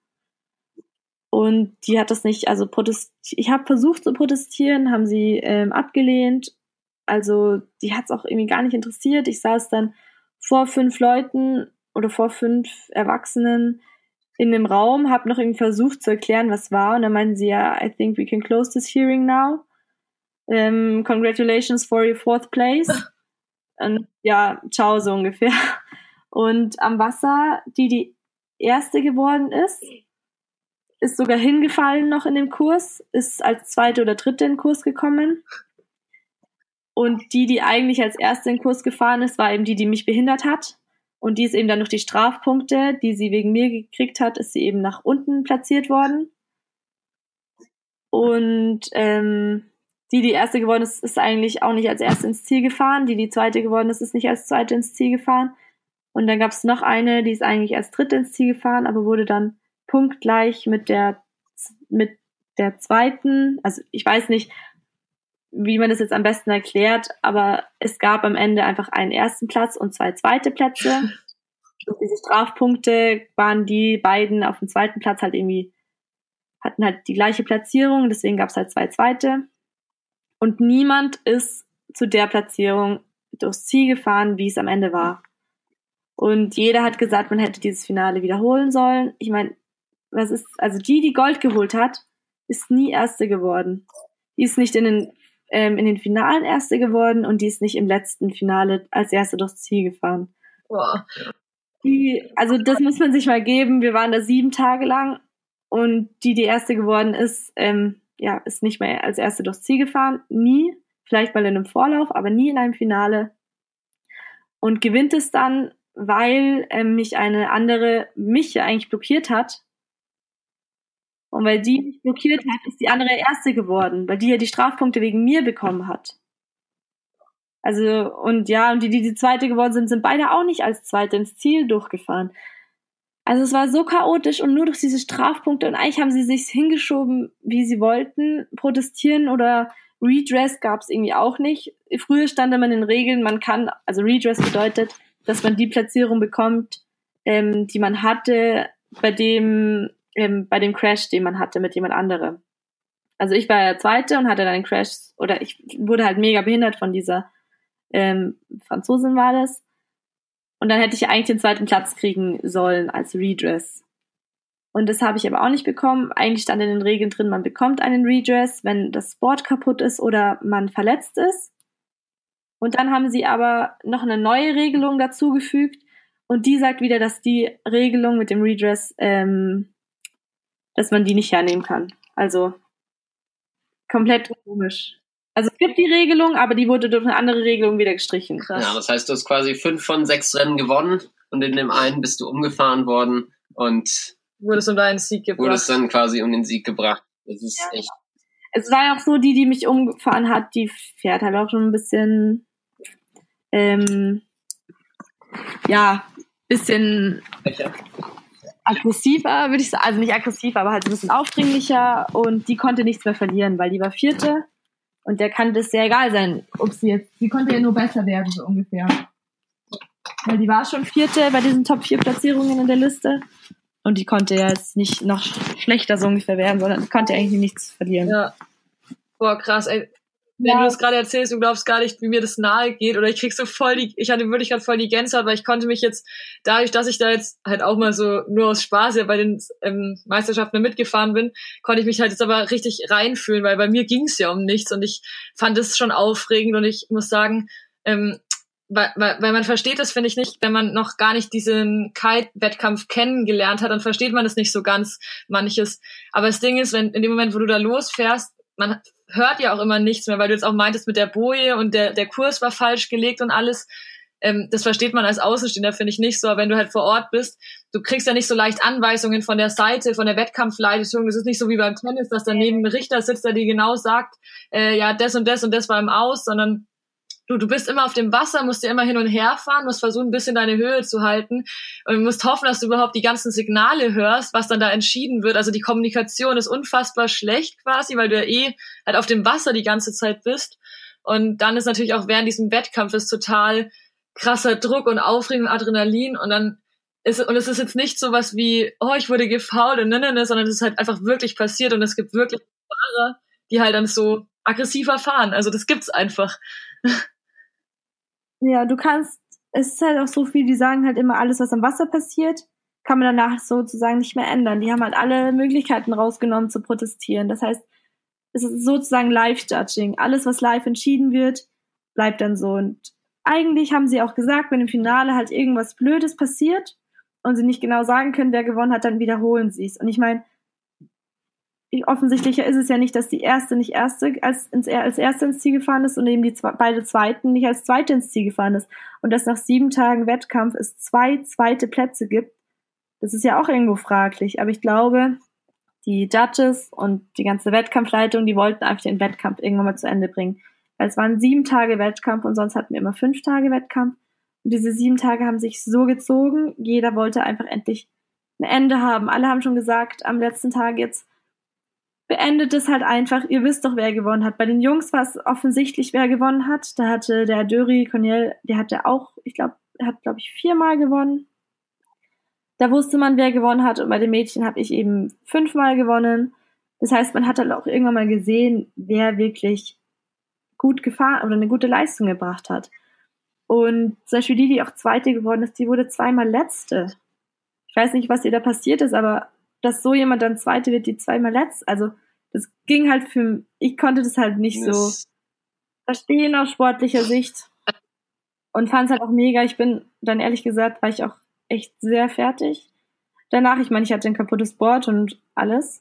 Und die hat das nicht, also protest ich habe versucht zu protestieren, haben sie ähm, abgelehnt. Also die hat es auch irgendwie gar nicht interessiert. Ich saß dann vor fünf Leuten oder vor fünf Erwachsenen in dem Raum, habe noch irgendwie versucht zu erklären, was war. Und dann meinten sie, ja, I think we can close this hearing now. Um, congratulations for your fourth place. Und ja, ciao, so ungefähr. Und am Wasser, die die erste geworden ist, ist sogar hingefallen noch in dem Kurs, ist als zweite oder dritte in den Kurs gekommen. Und die, die eigentlich als erste in den Kurs gefahren ist, war eben die, die mich behindert hat. Und die ist eben dann durch die Strafpunkte, die sie wegen mir gekriegt hat, ist sie eben nach unten platziert worden. Und ähm, die, die erste geworden ist, ist eigentlich auch nicht als erste ins Ziel gefahren. Die, die zweite geworden ist, ist nicht als zweite ins Ziel gefahren. Und dann gab es noch eine, die ist eigentlich als dritte ins Ziel gefahren, aber wurde dann punktgleich mit der mit der zweiten. Also ich weiß nicht, wie man das jetzt am besten erklärt, aber es gab am Ende einfach einen ersten Platz und zwei zweite Plätze. Und diese Strafpunkte waren die beiden auf dem zweiten Platz halt irgendwie, hatten halt die gleiche Platzierung, deswegen gab es halt zwei zweite. Und niemand ist zu der Platzierung durchs Ziel gefahren, wie es am Ende war. Und jeder hat gesagt, man hätte dieses Finale wiederholen sollen. Ich meine, was ist, also die, die Gold geholt hat, ist nie Erste geworden. Die ist nicht in den, ähm, in den Finalen Erste geworden und die ist nicht im letzten Finale als Erste durchs Ziel gefahren. Boah. Die, also das muss man sich mal geben. Wir waren da sieben Tage lang und die, die Erste geworden ist, ähm, ja, ist nicht mehr als Erste durchs Ziel gefahren. Nie, vielleicht mal in einem Vorlauf, aber nie in einem Finale. Und gewinnt es dann, weil ähm, mich eine andere mich ja eigentlich blockiert hat. Und weil die mich blockiert hat, ist die andere Erste geworden, weil die ja die Strafpunkte wegen mir bekommen hat. Also, und ja, und die, die die Zweite geworden sind, sind beide auch nicht als Zweite ins Ziel durchgefahren. Also es war so chaotisch und nur durch diese Strafpunkte und eigentlich haben sie sich hingeschoben, wie sie wollten. Protestieren oder Redress gab es irgendwie auch nicht. Früher stand immer in den Regeln, man kann, also Redress bedeutet, dass man die Platzierung bekommt, ähm, die man hatte bei dem ähm, bei dem Crash, den man hatte mit jemand anderem. Also ich war ja Zweite und hatte dann einen Crash, oder ich wurde halt mega behindert von dieser ähm, Franzosin war das. Und dann hätte ich eigentlich den zweiten Platz kriegen sollen als Redress. Und das habe ich aber auch nicht bekommen. Eigentlich stand in den Regeln drin, man bekommt einen Redress, wenn das Board kaputt ist oder man verletzt ist. Und dann haben sie aber noch eine neue Regelung dazugefügt. Und die sagt wieder, dass die Regelung mit dem Redress, ähm, dass man die nicht hernehmen kann. Also komplett komisch. Also es gibt die Regelung, aber die wurde durch eine andere Regelung wieder gestrichen. Krass. Ja, das heißt, du hast quasi fünf von sechs Rennen gewonnen und in dem einen bist du umgefahren worden und wurdest um deinen Sieg gebracht. Wurdest dann quasi um den Sieg gebracht. Das ist ja echt. Es war ja auch so, die, die mich umgefahren hat, die fährt halt auch schon ein bisschen, ähm, ja, bisschen Welcher? aggressiver, würde ich sagen. Also nicht aggressiv, aber halt ein bisschen aufdringlicher und die konnte nichts mehr verlieren, weil die war Vierte. Und der kann das sehr egal sein, ob sie jetzt, sie konnte ja nur besser werden, so ungefähr. Weil die war schon Vierte bei diesen Top vier Platzierungen in der Liste. Und die konnte ja jetzt nicht noch schlechter so ungefähr werden, sondern konnte eigentlich nichts verlieren. Ja. Boah, krass, ey. Wenn ja. du das gerade erzählst, du glaubst gar nicht, wie mir das nahe geht. Oder ich krieg so voll die, ich hatte wirklich gerade voll die Gänsehaut, weil ich konnte mich jetzt, dadurch, dass ich da jetzt halt auch mal so nur aus Spaß ja bei den ähm, Meisterschaften mitgefahren bin, konnte ich mich halt jetzt aber richtig reinfühlen, weil bei mir ging's ja um nichts und ich fand es schon aufregend und ich muss sagen, ähm, weil, weil, weil man versteht das, finde ich nicht, wenn man noch gar nicht diesen Kite-Wettkampf kennengelernt hat, dann versteht man das nicht so ganz, manches. Aber das Ding ist, wenn in dem Moment, wo du da losfährst, man hört ja auch immer nichts mehr, weil du jetzt auch meintest mit der Boje und der der Kurs war falsch gelegt und alles. Ähm, das versteht man als Außenstehender, finde ich nicht so. Aber wenn du halt vor Ort bist, du kriegst ja nicht so leicht Anweisungen von der Seite, von der Wettkampfleitung. Das ist nicht so wie beim Tennis, dass daneben ein Richter sitzt, der dir genau sagt, äh, ja, das und das und das war im Aus, sondern du du bist immer auf dem Wasser, musst dir immer hin und her fahren, musst versuchen, ein bisschen deine Höhe zu halten und musst hoffen, dass du überhaupt die ganzen Signale hörst, was dann da entschieden wird. Also die Kommunikation ist unfassbar schlecht quasi, weil du ja eh halt auf dem Wasser die ganze Zeit bist. Und dann ist natürlich auch während diesem Wettkampf ist total krasser Druck und Aufregung, Adrenalin und dann ist, und es ist jetzt nicht sowas wie, oh, ich wurde gefoult und ne, ne, ne, sondern es ist halt einfach wirklich passiert und es gibt wirklich Fahrer, die halt dann so aggressiver fahren. Also das gibt's einfach. Ja, du kannst, es ist halt auch so viel, die sagen halt immer, alles, was am Wasser passiert, kann man danach sozusagen nicht mehr ändern. Die haben halt alle Möglichkeiten rausgenommen zu protestieren. Das heißt, es ist sozusagen Live-Judging. Alles, was live entschieden wird, bleibt dann so. Und eigentlich haben sie auch gesagt, wenn im Finale halt irgendwas Blödes passiert und sie nicht genau sagen können, wer gewonnen hat, dann wiederholen sie es. Und ich meine, offensichtlicher ist es ja nicht, dass die Erste nicht erste als, ins, als Erste ins Ziel gefahren ist und eben die zwei, beide Zweiten nicht als Zweite ins Ziel gefahren ist. Und dass nach sieben Tagen Wettkampf es zwei zweite Plätze gibt, das ist ja auch irgendwo fraglich. Aber ich glaube, die Judges und die ganze Wettkampfleitung, die wollten einfach den Wettkampf irgendwann mal zu Ende bringen. Weil es waren sieben Tage Wettkampf und sonst hatten wir immer fünf Tage Wettkampf. diese sieben Tage haben sich so gezogen. Jeder wollte einfach endlich ein Ende haben. Alle haben schon gesagt, am letzten Tag jetzt beendet es halt einfach. Ihr wisst doch, wer gewonnen hat. Bei den Jungs war es offensichtlich, wer gewonnen hat. Da hatte der Döri Cornel, der hatte auch, ich glaube, er hat, glaube ich, viermal gewonnen. Da wusste man, wer gewonnen hat. Und bei den Mädchen habe ich eben fünfmal gewonnen. Das heißt, man hat halt auch irgendwann mal gesehen, wer wirklich gut gefahren oder eine gute Leistung gebracht hat. Und zum Beispiel die, die auch Zweite geworden ist, die wurde zweimal Letzte. Ich weiß nicht, was ihr da passiert ist, aber dass so jemand dann Zweite wird, die zweimal Letzte, also das ging halt für, ich konnte das halt nicht das so verstehen aus sportlicher Sicht und fand es halt auch mega. Ich bin dann ehrlich gesagt, war ich auch echt sehr fertig. Danach, ich meine, ich hatte ein kaputtes Board und alles.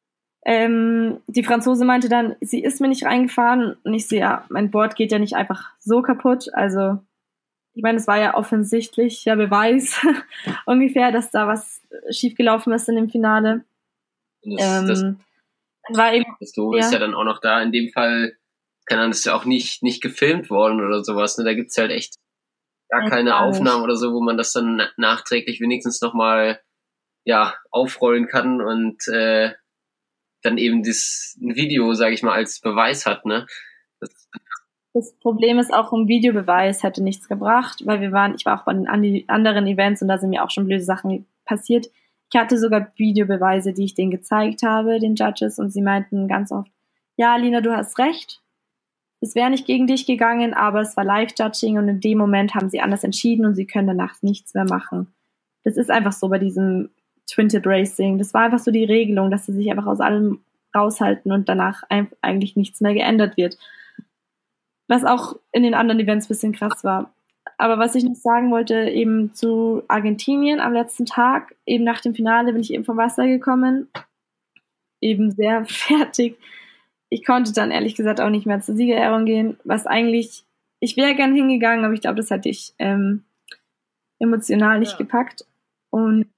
Ähm, die Franzose meinte dann, sie ist mir nicht reingefahren und ich so, ja, mein Board geht ja nicht einfach so kaputt, also ich meine, es war ja offensichtlich der Beweis ungefähr, dass da was schiefgelaufen ist in dem Finale. Das, ähm, das, war eben, das Doofe ja. ist ja dann auch noch da, in dem Fall, keine Ahnung, das ist ja auch nicht, nicht gefilmt worden oder sowas, ne? Da gibt's halt echt gar Echt keine gar Aufnahmen nicht. oder so, wo man das dann nachträglich wenigstens nochmal, ja, aufrollen kann und äh, dann eben das ein Video, sage ich mal, als Beweis hat, ne? Das, Das Problem ist auch, ein Videobeweis hätte nichts gebracht, weil wir waren, ich war auch bei den anderen Events und da sind mir auch schon blöde Sachen passiert. Ich hatte sogar Videobeweise, die ich denen gezeigt habe, den Judges, und sie meinten ganz oft, ja, Lina, du hast recht, es wäre nicht gegen dich gegangen, aber es war Live-Judging und in dem Moment haben sie anders entschieden und sie können danach nichts mehr machen. Das ist einfach so bei diesem Twin-Tip Racing. Das war einfach so die Regelung, dass sie sich einfach aus allem raushalten und danach eigentlich nichts mehr geändert wird. Was auch in den anderen Events ein bisschen krass war. Aber was ich noch sagen wollte, eben zu Argentinien am letzten Tag, eben nach dem Finale bin ich eben vom Wasser gekommen, eben sehr fertig. Ich konnte dann ehrlich gesagt auch nicht mehr zur Siegerehrung gehen, was eigentlich, ich wäre gern hingegangen, aber ich glaube, das hatte ich ähm, emotional nicht ja. gepackt. Und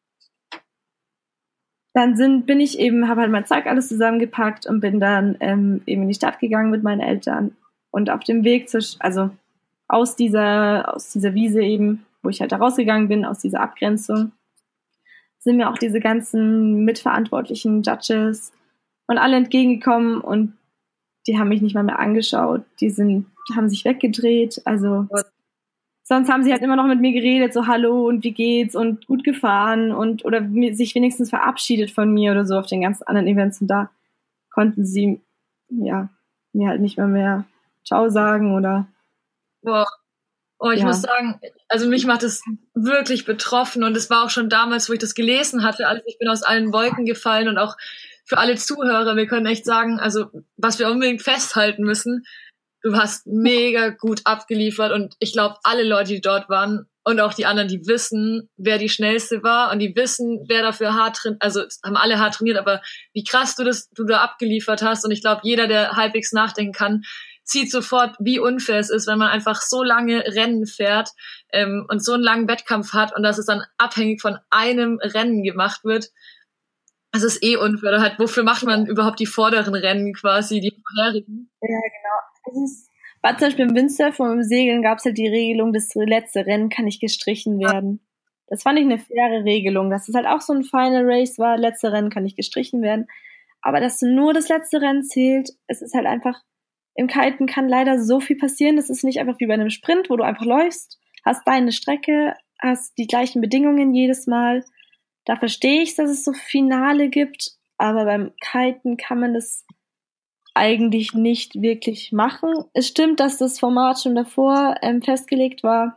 dann sind, bin ich eben, habe halt mein Zeug alles zusammengepackt und bin dann ähm, eben in die Stadt gegangen mit meinen Eltern. Und auf dem Weg zu, also aus dieser, aus dieser Wiese eben, wo ich halt da rausgegangen bin, aus dieser Abgrenzung, sind mir auch diese ganzen mitverantwortlichen Judges und alle entgegengekommen und die haben mich nicht mal mehr angeschaut. Die sind, haben sich weggedreht. Also sonst haben sie halt immer noch mit mir geredet, so hallo und wie geht's und gut gefahren und oder sich wenigstens verabschiedet von mir oder so auf den ganzen anderen Events. Und da konnten sie ja mir halt nicht mehr mehr Ciao sagen oder. Boah. Oh, ich ja. muss sagen, also mich macht es wirklich betroffen und es war auch schon damals, wo ich das gelesen hatte, also ich bin aus allen Wolken gefallen und auch für alle Zuhörer, wir können echt sagen, also was wir unbedingt festhalten müssen, du hast mega gut abgeliefert und ich glaube, alle Leute, die dort waren und auch die anderen, die wissen, wer die Schnellste war und die wissen, wer dafür hart trainiert, also haben alle hart trainiert, aber wie krass du das, du da abgeliefert hast und ich glaube, jeder, der halbwegs nachdenken kann, sieht sofort, wie unfair es ist, wenn man einfach so lange Rennen fährt ähm, und so einen langen Wettkampf hat und dass es dann abhängig von einem Rennen gemacht wird. Das ist eh unfair. Halt, wofür macht man überhaupt die vorderen Rennen quasi, die vorherigen? Ja, genau. Es ist, war zum Beispiel im Windsurfen und im Segeln gab es halt die Regelung, das letzte Rennen kann nicht gestrichen werden. Das fand ich eine faire Regelung, dass es halt auch so ein Final Race war, letzte Rennen kann nicht gestrichen werden. Aber dass nur das letzte Rennen zählt, es ist halt einfach, im Kiten kann leider so viel passieren. Das ist nicht einfach wie bei einem Sprint, wo du einfach läufst, hast deine Strecke, hast die gleichen Bedingungen jedes Mal. Da verstehe ich, dass es so Finale gibt, aber beim Kiten kann man das eigentlich nicht wirklich machen. Es stimmt, dass das Format schon davor ähm, festgelegt war,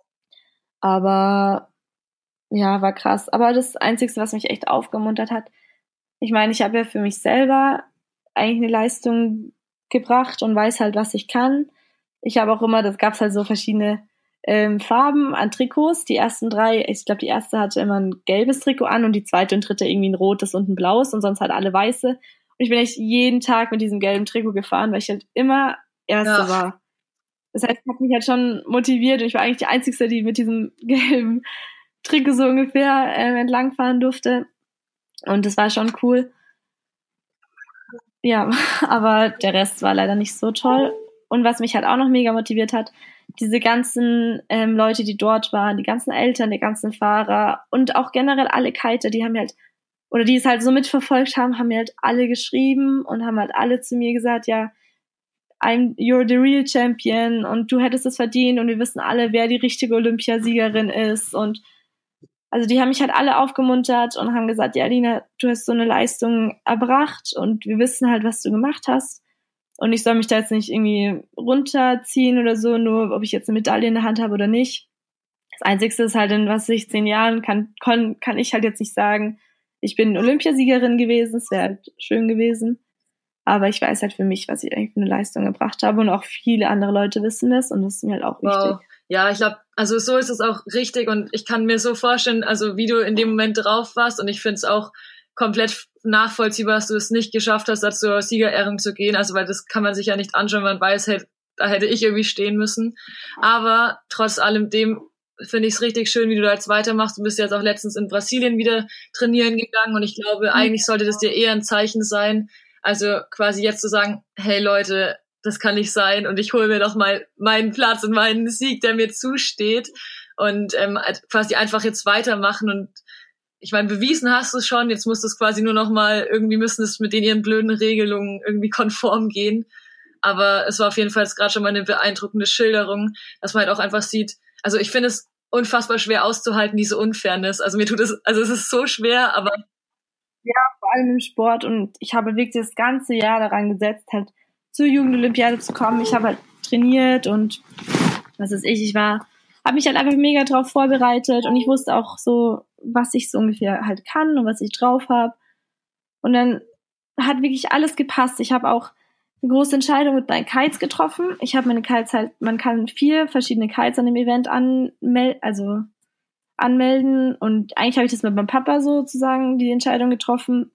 aber ja, war krass. Aber das Einzige, was mich echt aufgemuntert hat, ich meine, ich habe ja für mich selber eigentlich eine Leistung gebracht und weiß halt, was ich kann. Ich habe auch immer, das gab es halt so verschiedene ähm, Farben an Trikots. Die ersten drei, ich glaube, die erste hatte immer ein gelbes Trikot an und die zweite und dritte irgendwie ein rotes und ein blaues und sonst halt alle weiße. Und ich bin echt jeden Tag mit diesem gelben Trikot gefahren, weil ich halt immer Erste ja. war. Das heißt, hat mich halt schon motiviert und ich war eigentlich die Einzige, die mit diesem gelben Trikot so ungefähr äh, entlangfahren durfte. Und das war schon cool. Ja, aber der Rest war leider nicht so toll. Und was mich halt auch noch mega motiviert hat, diese ganzen ähm, Leute, die dort waren, die ganzen Eltern, die ganzen Fahrer und auch generell alle Kiter, die haben mir halt, oder die es halt so mitverfolgt haben, haben mir halt alle geschrieben und haben halt alle zu mir gesagt, ja, I'm, you're the real champion und du hättest es verdient und wir wissen alle, wer die richtige Olympiasiegerin ist. Und also die haben mich halt alle aufgemuntert und haben gesagt, ja, Alina, du hast so eine Leistung erbracht und wir wissen halt, was du gemacht hast. Und ich soll mich da jetzt nicht irgendwie runterziehen oder so, nur ob ich jetzt eine Medaille in der Hand habe oder nicht. Das Einzigste ist halt in, was weiß ich, zehn Jahren kann, kann, kann ich halt jetzt nicht sagen, ich bin Olympiasiegerin gewesen, es wäre halt schön gewesen. Aber ich weiß halt für mich, was ich eigentlich für eine Leistung gebracht habe. Und auch viele andere Leute wissen das und das ist mir halt auch wichtig. Wow. Ja, ich glaube, also so ist es auch richtig und ich kann mir so vorstellen, also wie du in dem Moment drauf warst und ich finde es auch komplett nachvollziehbar, dass du es nicht geschafft hast, da zur Siegerehrung zu gehen, also weil das kann man sich ja nicht anschauen, man weiß, hey, da hätte ich irgendwie stehen müssen. Aber trotz allem dem finde ich es richtig schön, wie du da jetzt weitermachst. Du bist jetzt auch letztens in Brasilien wieder trainieren gegangen und ich glaube, eigentlich sollte das dir eher ein Zeichen sein, also quasi jetzt zu sagen, hey Leute, das kann nicht sein und ich hole mir doch mal meinen Platz und meinen Sieg, der mir zusteht und ähm, quasi einfach jetzt weitermachen und ich meine, bewiesen hast du es schon, jetzt musst du es quasi nur noch mal, irgendwie müssen es mit den ihren blöden Regelungen irgendwie konform gehen, aber es war auf jeden Fall jetzt gerade schon mal eine beeindruckende Schilderung, dass man halt auch einfach sieht, also ich finde es unfassbar schwer auszuhalten, diese Unfairness, also mir tut es, also es ist so schwer, aber ja, vor allem im Sport und ich habe wirklich das ganze Jahr daran gesetzt, halt zur Jugendolympiade zu kommen. Ich habe halt trainiert und was weiß ich, ich war, habe mich halt einfach mega drauf vorbereitet und ich wusste auch so, was ich so ungefähr halt kann und was ich drauf habe. Und dann hat wirklich alles gepasst. Ich habe auch eine große Entscheidung mit meinen Kites getroffen. Ich habe meine Kites halt, man kann vier verschiedene Kites an dem Event anmelden, also anmelden und eigentlich habe ich das mit meinem Papa sozusagen die Entscheidung getroffen,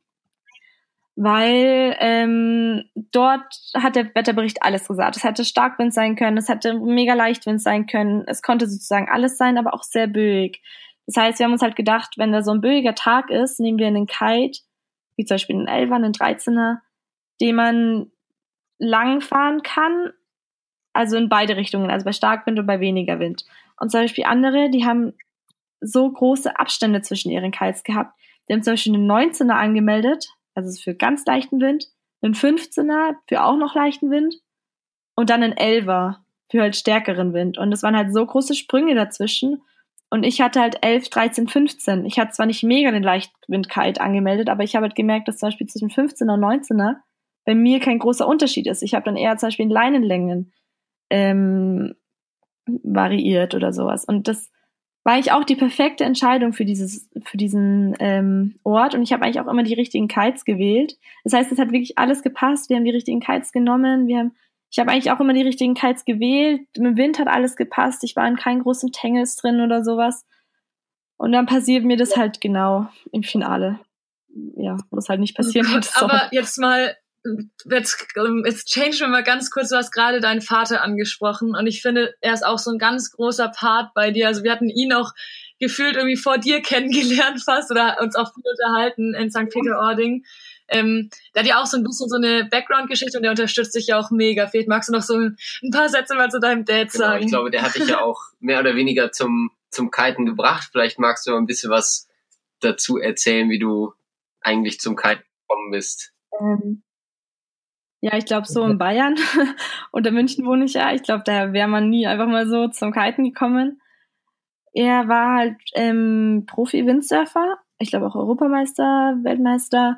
weil ähm, dort hat der Wetterbericht alles gesagt. Es hätte Starkwind sein können, es hätte mega Leichtwind sein können, es konnte sozusagen alles sein, aber auch sehr böig. Das heißt, wir haben uns halt gedacht, wenn da so ein böiger Tag ist, nehmen wir einen Kite, wie zum Beispiel einen Elfer, einen Dreizehner, den man lang fahren kann, also in beide Richtungen, also bei Starkwind und bei weniger Wind. Und zum Beispiel andere, die haben so große Abstände zwischen ihren Kites gehabt. Die haben zum Beispiel einen neunzehner angemeldet, also für ganz leichten Wind, einen fünfzehner für auch noch leichten Wind und dann einen elfer für halt stärkeren Wind. Und es waren halt so große Sprünge dazwischen. Und ich hatte halt elf, dreizehn, fünfzehn. Ich hatte zwar nicht mega den Leichtwind-Kite angemeldet, aber ich habe halt gemerkt, dass zum Beispiel zwischen fünfzehner und neunzehner bei mir kein großer Unterschied ist. Ich habe dann eher zum Beispiel in Leinenlängen ähm, variiert oder sowas. Und das war eigentlich auch die perfekte Entscheidung für dieses, für diesen ähm, Ort. Und ich habe eigentlich auch immer die richtigen Kites gewählt. Das heißt, es hat wirklich alles gepasst. Wir haben die richtigen Kites genommen. Wir haben, ich habe eigentlich auch immer die richtigen Kites gewählt. Mit dem Wind hat alles gepasst. Ich war in keinen großen Tangles drin oder sowas. Und dann passiert mir das halt genau im Finale. Ja, wo es halt nicht passieren oh hätte. Gott, aber jetzt mal, jetzt, jetzt change wir mal ganz kurz, du hast gerade deinen Vater angesprochen und ich finde, er ist auch so ein ganz großer Part bei dir, also wir hatten ihn auch gefühlt irgendwie vor dir kennengelernt fast oder uns auch viel unterhalten in Sankt Peter-Ording. Ähm, der hat ja auch so ein bisschen so eine Background-Geschichte und der unterstützt dich ja auch mega. Vielleicht magst du noch so ein, ein paar Sätze mal zu deinem Dad genau, sagen. Ich glaube, der hat dich ja auch mehr oder weniger zum, zum Kiten gebracht. Vielleicht magst du mal ein bisschen was dazu erzählen, wie du eigentlich zum Kiten gekommen bist. Ähm, ja, ich glaube so in Bayern und in München wohne ich ja. Ich glaube, da wäre man nie einfach mal so zum Kiten gekommen. Er war halt ähm, Profi-Windsurfer. Ich glaube auch Europameister, Weltmeister.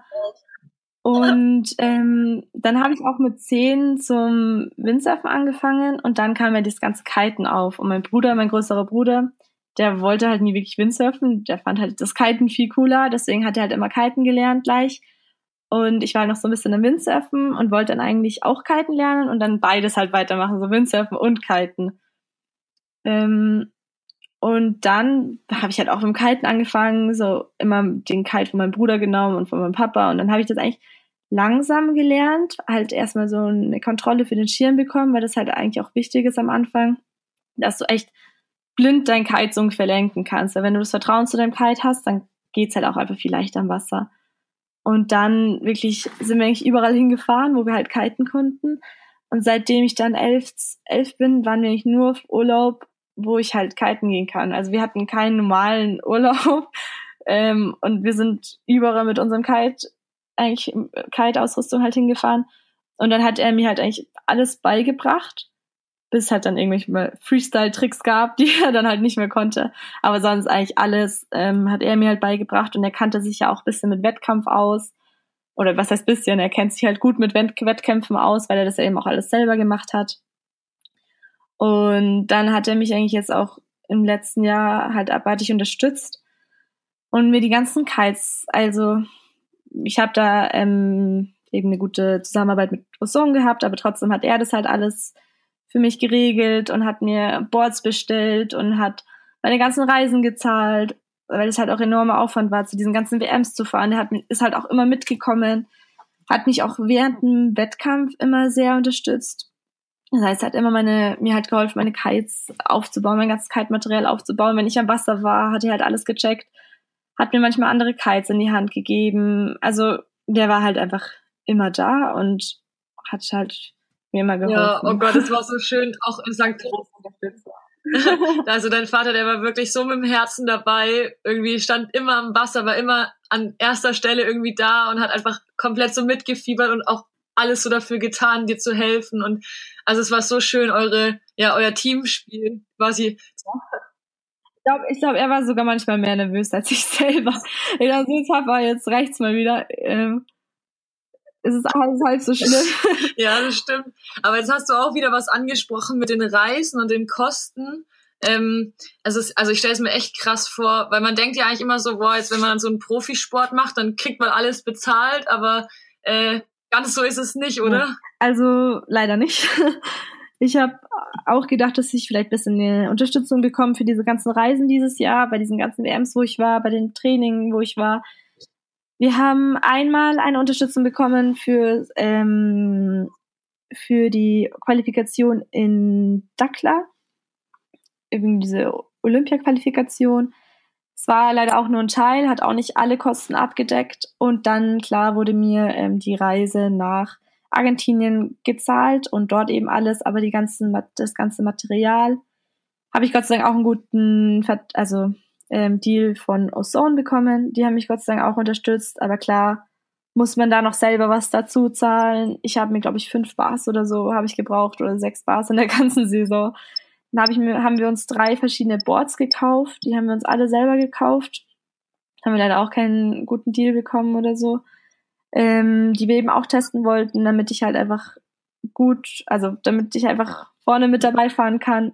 Und ähm, dann habe ich auch mit zehn zum Windsurfen angefangen und dann kam ja das ganze Kiten auf. Und mein Bruder, mein größerer Bruder, der wollte halt nie wirklich Windsurfen. Der fand halt das Kiten viel cooler. Deswegen hat er halt immer Kiten gelernt gleich. Und ich war noch so ein bisschen im Windsurfen und wollte dann eigentlich auch Kiten lernen und dann beides halt weitermachen, so Windsurfen und Kiten. Ähm, und dann habe ich halt auch mit dem Kiten angefangen, so immer den Kite von meinem Bruder genommen und von meinem Papa. Und dann habe ich das eigentlich langsam gelernt, halt erstmal so eine Kontrolle für den Schirm bekommen, weil das halt eigentlich auch wichtig ist am Anfang, dass du echt blind dein Kite so ungefähr lenken kannst. Weil wenn du das Vertrauen zu deinem Kite hast, dann geht's halt auch einfach viel leichter am Wasser. Und dann wirklich sind wir eigentlich überall hingefahren, wo wir halt kiten konnten. Und seitdem ich dann elf, elf bin, waren wir eigentlich nur auf Urlaub, wo ich halt kiten gehen kann. Also wir hatten keinen normalen Urlaub. Ähm, und wir sind überall mit unserem Kite, eigentlich Kite-Ausrüstung halt hingefahren. Und dann hat er mir halt eigentlich alles beigebracht, bis es halt dann irgendwelche Freestyle-Tricks gab, die er dann halt nicht mehr konnte. Aber sonst eigentlich alles ähm, hat er mir halt beigebracht und er kannte sich ja auch ein bisschen mit Wettkampf aus. Oder was heißt bisschen, er kennt sich halt gut mit Wett- Wettkämpfen aus, weil er das ja eben auch alles selber gemacht hat. Und dann hat er mich eigentlich jetzt auch im letzten Jahr halt abartig unterstützt und mir die ganzen Kites, also ich habe da ähm, eben eine gute Zusammenarbeit mit Ozone gehabt, aber trotzdem hat er das halt alles für mich geregelt und hat mir Boards bestellt und hat meine ganzen Reisen gezahlt, weil es halt auch enormer Aufwand war, zu diesen ganzen W Ms zu fahren. Der hat, ist halt auch immer mitgekommen, hat mich auch während dem Wettkampf immer sehr unterstützt. Das heißt, er hat immer meine, mir halt geholfen, meine Kites aufzubauen, mein ganzes Kite-Material aufzubauen. Wenn ich am Wasser war, hat er halt alles gecheckt, hat mir manchmal andere Kites in die Hand gegeben. Also der war halt einfach immer da und hat halt mir immer geholfen. Ja, oh Gott, das war so schön, auch in Sankt Peter. Also dein Vater, der war wirklich so mit dem Herzen dabei, irgendwie stand immer am Wasser, war immer an erster Stelle irgendwie da und hat einfach komplett so mitgefiebert und auch alles so dafür getan, dir zu helfen. Und also es war so schön, eure, ja, euer Teamspiel quasi. Ich glaube, ich glaub, er war sogar manchmal mehr nervös als ich selber. Ich dachte, jetzt Papa, jetzt reicht's mal wieder. Ähm, es ist alles halb so schlimm. Ja, das stimmt. Aber jetzt hast du auch wieder was angesprochen mit den Reisen und den Kosten. Ähm, also, es, also ich stelle es mir echt krass vor, weil man denkt ja eigentlich immer so, boah, jetzt wenn man so einen Profisport macht, dann kriegt man alles bezahlt, aber äh, ganz so ist es nicht, oder? Also leider nicht. Ich habe auch gedacht, dass ich vielleicht ein bisschen eine Unterstützung bekomme für diese ganzen Reisen dieses Jahr, bei diesen ganzen W Ms, wo ich war, bei den Trainings, wo ich war. Wir haben einmal eine Unterstützung bekommen für, ähm, für die Qualifikation in Dakla, eben diese Olympia-Qualifikation. Es war leider auch nur ein Teil, hat auch nicht alle Kosten abgedeckt. Und dann, klar, wurde mir ähm, die Reise nach Argentinien gezahlt und dort eben alles, aber die ganzen, das ganze Material habe ich Gott sei Dank auch einen guten, also ähm, Deal von Ozone bekommen. Die haben mich Gott sei Dank auch unterstützt, aber klar muss man da noch selber was dazu zahlen. Ich habe mir, glaube ich, fünf Bars oder so habe ich gebraucht oder sechs Bars in der ganzen Saison. Dann hab ich mir, haben wir uns drei verschiedene Boards gekauft. Die haben wir uns alle selber gekauft. Haben wir leider auch keinen guten Deal bekommen oder so. Ähm, die wir eben auch testen wollten, damit ich halt einfach gut, also damit ich einfach vorne mit dabei fahren kann.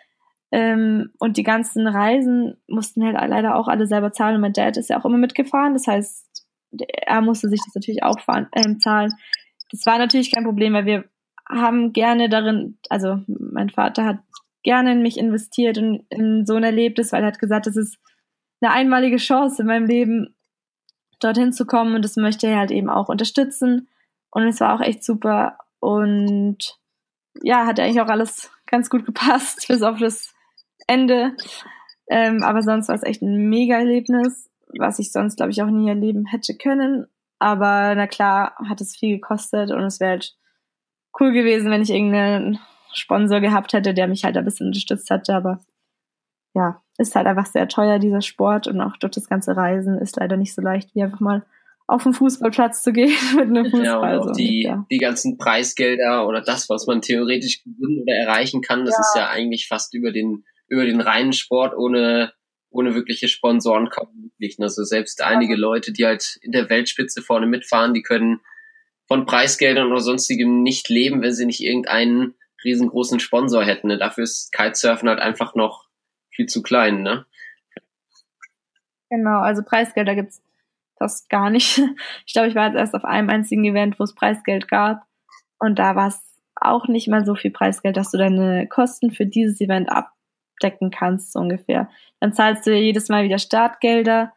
Ähm, und die ganzen Reisen mussten halt leider auch alle selber zahlen. Und mein Dad ist ja auch immer mitgefahren. Das heißt, er musste sich das natürlich auch fahren, äh, zahlen. Das war natürlich kein Problem, weil wir haben gerne darin, also mein Vater hat gerne in mich investiert und in so ein Erlebnis, weil er hat gesagt, das ist eine einmalige Chance in meinem Leben, dorthin zu kommen und das möchte er halt eben auch unterstützen und es war auch echt super und ja, hat eigentlich auch alles ganz gut gepasst, bis auf das Ende, ähm, aber sonst war es echt ein Mega-Erlebnis, was ich sonst, glaube ich, auch nie erleben hätte können, aber na klar, hat es viel gekostet und es wäre halt cool gewesen, wenn ich irgendeinen Sponsor gehabt hätte, der mich halt ein bisschen unterstützt hätte, aber ja, ist halt einfach sehr teuer, dieser Sport und auch durch das ganze Reisen ist leider nicht so leicht, wie einfach mal auf den Fußballplatz zu gehen mit einem Fußball. Ja, und auch so die, ja. die ganzen Preisgelder oder das, was man theoretisch gewinnen oder erreichen kann, das ja. ist ja eigentlich fast über den, über den reinen Sport ohne, ohne wirkliche Sponsoren kaum möglich. Also selbst ja. einige Leute, die halt in der Weltspitze vorne mitfahren, die können von Preisgeldern oder sonstigem nicht leben, wenn sie nicht irgendeinen riesengroßen Sponsor hätten. Ne? Dafür ist Kitesurfen halt einfach noch viel zu klein, ne? Genau, also Preisgelder gibt's fast gar nicht. Ich glaube, ich war jetzt erst auf einem einzigen Event, wo es Preisgeld gab und da war es auch nicht mal so viel Preisgeld, dass du deine Kosten für dieses Event abdecken kannst, so ungefähr. Dann zahlst du jedes Mal wieder Startgelder.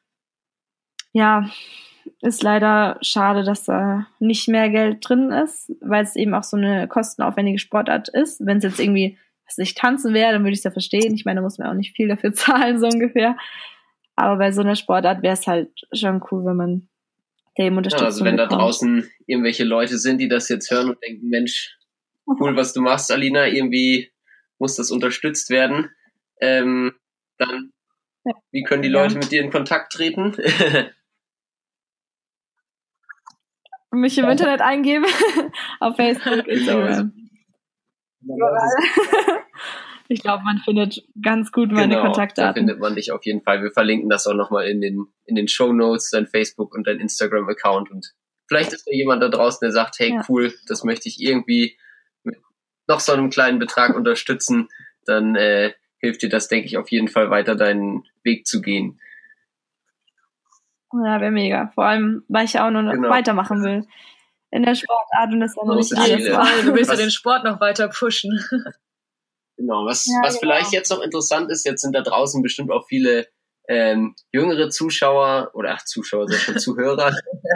Ja, ist leider schade, dass da nicht mehr Geld drin ist, weil es eben auch so eine kostenaufwendige Sportart ist. Wenn es jetzt irgendwie, was ich tanzen wäre, dann würde ich es ja verstehen. Ich meine, da muss man auch nicht viel dafür zahlen, so ungefähr. Aber bei so einer Sportart wäre es halt schon cool, wenn man dem Unterstützung ja, also wenn bekommt. Da draußen irgendwelche Leute sind, die das jetzt hören und denken, Mensch, cool, was du machst, Alina. Irgendwie muss das unterstützt werden. Ähm, dann, wie können die Leute mit dir in Kontakt treten? Mich im Internet eingeben, auf Facebook, Instagram. Genau. Ich glaube, man findet ganz gut meine genau, Kontaktdaten. Da findet man dich auf jeden Fall. Wir verlinken das auch nochmal in den, in den Shownotes, dein Facebook und dein Instagram-Account. Und vielleicht ist da jemand da draußen, der sagt, hey, ja. cool, das möchte ich irgendwie mit noch so einem kleinen Betrag unterstützen. Dann äh, hilft dir das, denke ich, auf jeden Fall weiter, deinen Weg zu gehen. Ja, wäre mega. Vor allem, weil ich ja auch noch genau. weitermachen will. In der Sportart und das war noch nicht alles war. Du willst ja den Sport noch weiter pushen. Genau, was, ja, was genau. vielleicht jetzt noch interessant ist, jetzt sind da draußen bestimmt auch viele ähm, jüngere Zuschauer, oder ach, Zuschauer, sind schon Zuhörer,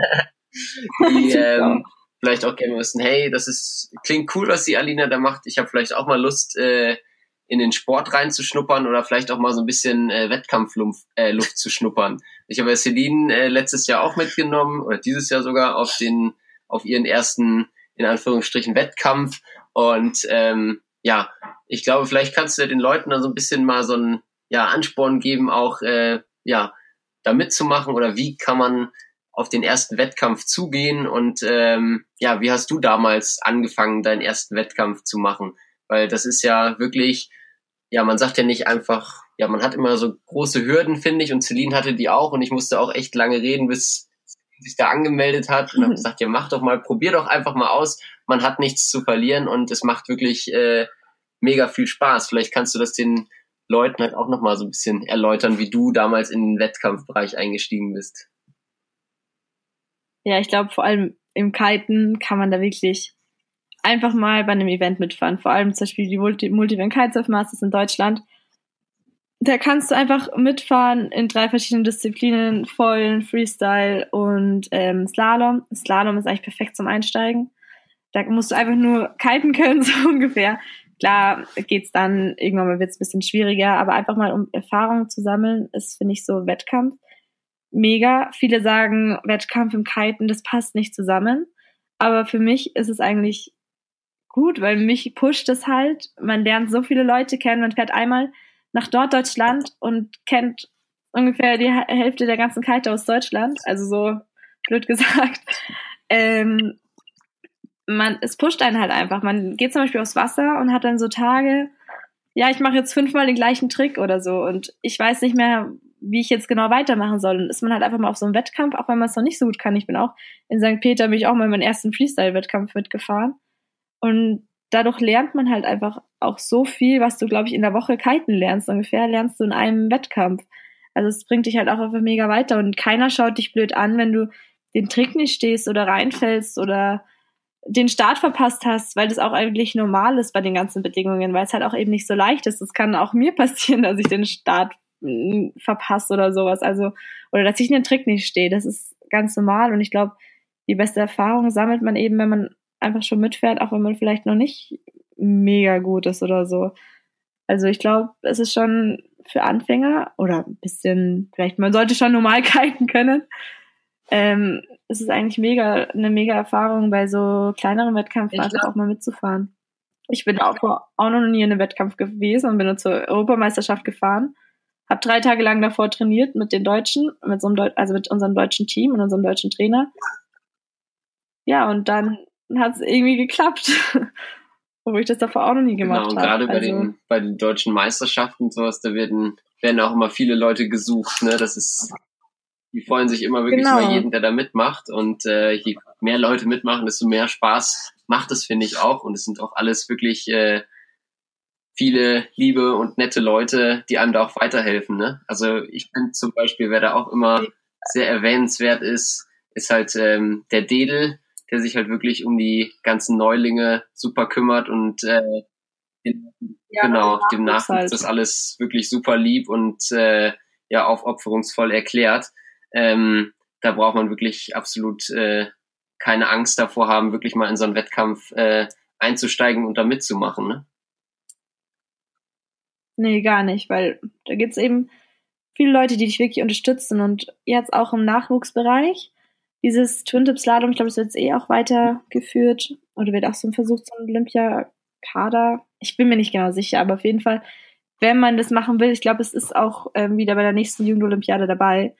die ähm, vielleicht auch gerne wissen, hey, das ist klingt cool, was die Alina da macht. Ich habe vielleicht auch mal Lust, äh, in den Sport reinzuschnuppern oder vielleicht auch mal so ein bisschen äh, Wettkampfluft äh, Luft zu schnuppern. Ich habe ja Celine äh, letztes Jahr auch mitgenommen, oder dieses Jahr sogar, auf den auf ihren ersten, in Anführungsstrichen, Wettkampf. Und ähm, ja, ich glaube, vielleicht kannst du ja den Leuten dann so ein bisschen mal so einen ja, Ansporn geben, auch äh, ja, da mitzumachen, oder wie kann man auf den ersten Wettkampf zugehen und ähm, ja, wie hast du damals angefangen, deinen ersten Wettkampf zu machen? Weil das ist ja wirklich, ja, man sagt ja nicht einfach, ja, man hat immer so große Hürden, finde ich, und Celine hatte die auch, und ich musste auch echt lange reden, bis sie sich da angemeldet hat und habe gesagt, ja, mach doch mal, probier doch einfach mal aus, man hat nichts zu verlieren und es macht wirklich äh, mega viel Spaß. Vielleicht kannst du das den Leuten halt auch nochmal so ein bisschen erläutern, wie du damals in den Wettkampfbereich eingestiegen bist. Ja, ich glaube, vor allem im Kiten kann man da wirklich einfach mal bei einem Event mitfahren. Vor allem zum Beispiel die Multi- Multi-Event Kitesurf Masters in Deutschland. Da kannst du einfach mitfahren in drei verschiedenen Disziplinen, Foilen, Freestyle und ähm, Slalom. Slalom ist eigentlich perfekt zum Einsteigen. Da musst du einfach nur kiten können, so ungefähr. Klar geht's dann, irgendwann mal wird's ein bisschen schwieriger, aber einfach mal, um Erfahrung zu sammeln, ist, finde ich, so Wettkampf mega. Viele sagen, Wettkampf im Kiten, das passt nicht zusammen. Aber für mich ist es eigentlich gut, weil mich pusht es halt. Man lernt so viele Leute kennen, man fährt einmal nach Norddeutschland und kennt ungefähr die Hälfte der ganzen Kiter aus Deutschland, also so blöd gesagt. Ähm, man, es pusht einen halt einfach. Man geht zum Beispiel aufs Wasser und hat dann so Tage, ja, ich mache jetzt fünfmal den gleichen Trick oder so und ich weiß nicht mehr, wie ich jetzt genau weitermachen soll. Und ist man halt einfach mal auf so einem Wettkampf, auch wenn man es noch nicht so gut kann. Ich bin auch in Sankt Peter, bin ich auch mal meinen ersten Freestyle-Wettkampf mitgefahren. Und dadurch lernt man halt einfach auch so viel, was du, glaube ich, in der Woche kiten lernst. Ungefähr lernst du in einem Wettkampf. Also es bringt dich halt auch einfach mega weiter. Und keiner schaut dich blöd an, wenn du den Trick nicht stehst oder reinfällst oder den Start verpasst hast, weil das auch eigentlich normal ist bei den ganzen Bedingungen, weil es halt auch eben nicht so leicht ist. Das kann auch mir passieren, dass ich den Start mh, verpasse oder sowas. Also, oder dass ich in den Trick nicht stehe. Das ist ganz normal. Und ich glaube, die beste Erfahrung sammelt man eben, wenn man einfach schon mitfährt, auch wenn man vielleicht noch nicht mega gut ist oder so. Also ich glaube, es ist schon für Anfänger oder ein bisschen, vielleicht, man sollte schon normal kiten können. Ähm, es ist eigentlich mega, eine mega Erfahrung, bei so kleineren Wettkämpfen einfach auch mal mitzufahren. Ich bin auch, auch noch nie in einem Wettkampf gewesen und bin nur zur Europameisterschaft gefahren. Hab drei Tage lang davor trainiert mit den Deutschen, mit so einem Deu- also mit unserem deutschen Team und unserem deutschen Trainer. Ja, und dann hat es irgendwie geklappt. Obwohl ich das davor auch noch nie gemacht habe. Genau, und gerade bei, also, den, bei den deutschen Meisterschaften und sowas, da werden, werden auch immer viele Leute gesucht. Ne? Das ist, die freuen sich immer wirklich genau. über jeden, der da mitmacht. Und äh, je mehr Leute mitmachen, desto mehr Spaß macht es, finde ich auch. Und es sind auch alles wirklich äh, viele liebe und nette Leute, die einem da auch weiterhelfen. Ne? Also ich finde zum Beispiel, wer da auch immer sehr erwähnenswert ist, ist halt ähm, der Dedel, der sich halt wirklich um die ganzen Neulinge super kümmert und äh, den, ja, genau, dem Nachwuchs halt. Das alles wirklich super lieb und äh, ja aufopferungsvoll erklärt. Ähm, da braucht man wirklich absolut äh, keine Angst davor haben, wirklich mal in so einen Wettkampf äh, einzusteigen und da mitzumachen, ne? Nee, gar nicht, weil da gibt's eben viele Leute, die dich wirklich unterstützen und jetzt auch im Nachwuchsbereich dieses Twin-Tip-Slalom, ich glaube, das wird jetzt eh auch weitergeführt oder wird auch so ein Versuch zum Olympiakader. Ich bin mir nicht genau sicher, aber auf jeden Fall, wenn man das machen will, ich glaube, es ist auch ähm, wieder bei der nächsten Jugendolympiade dabei.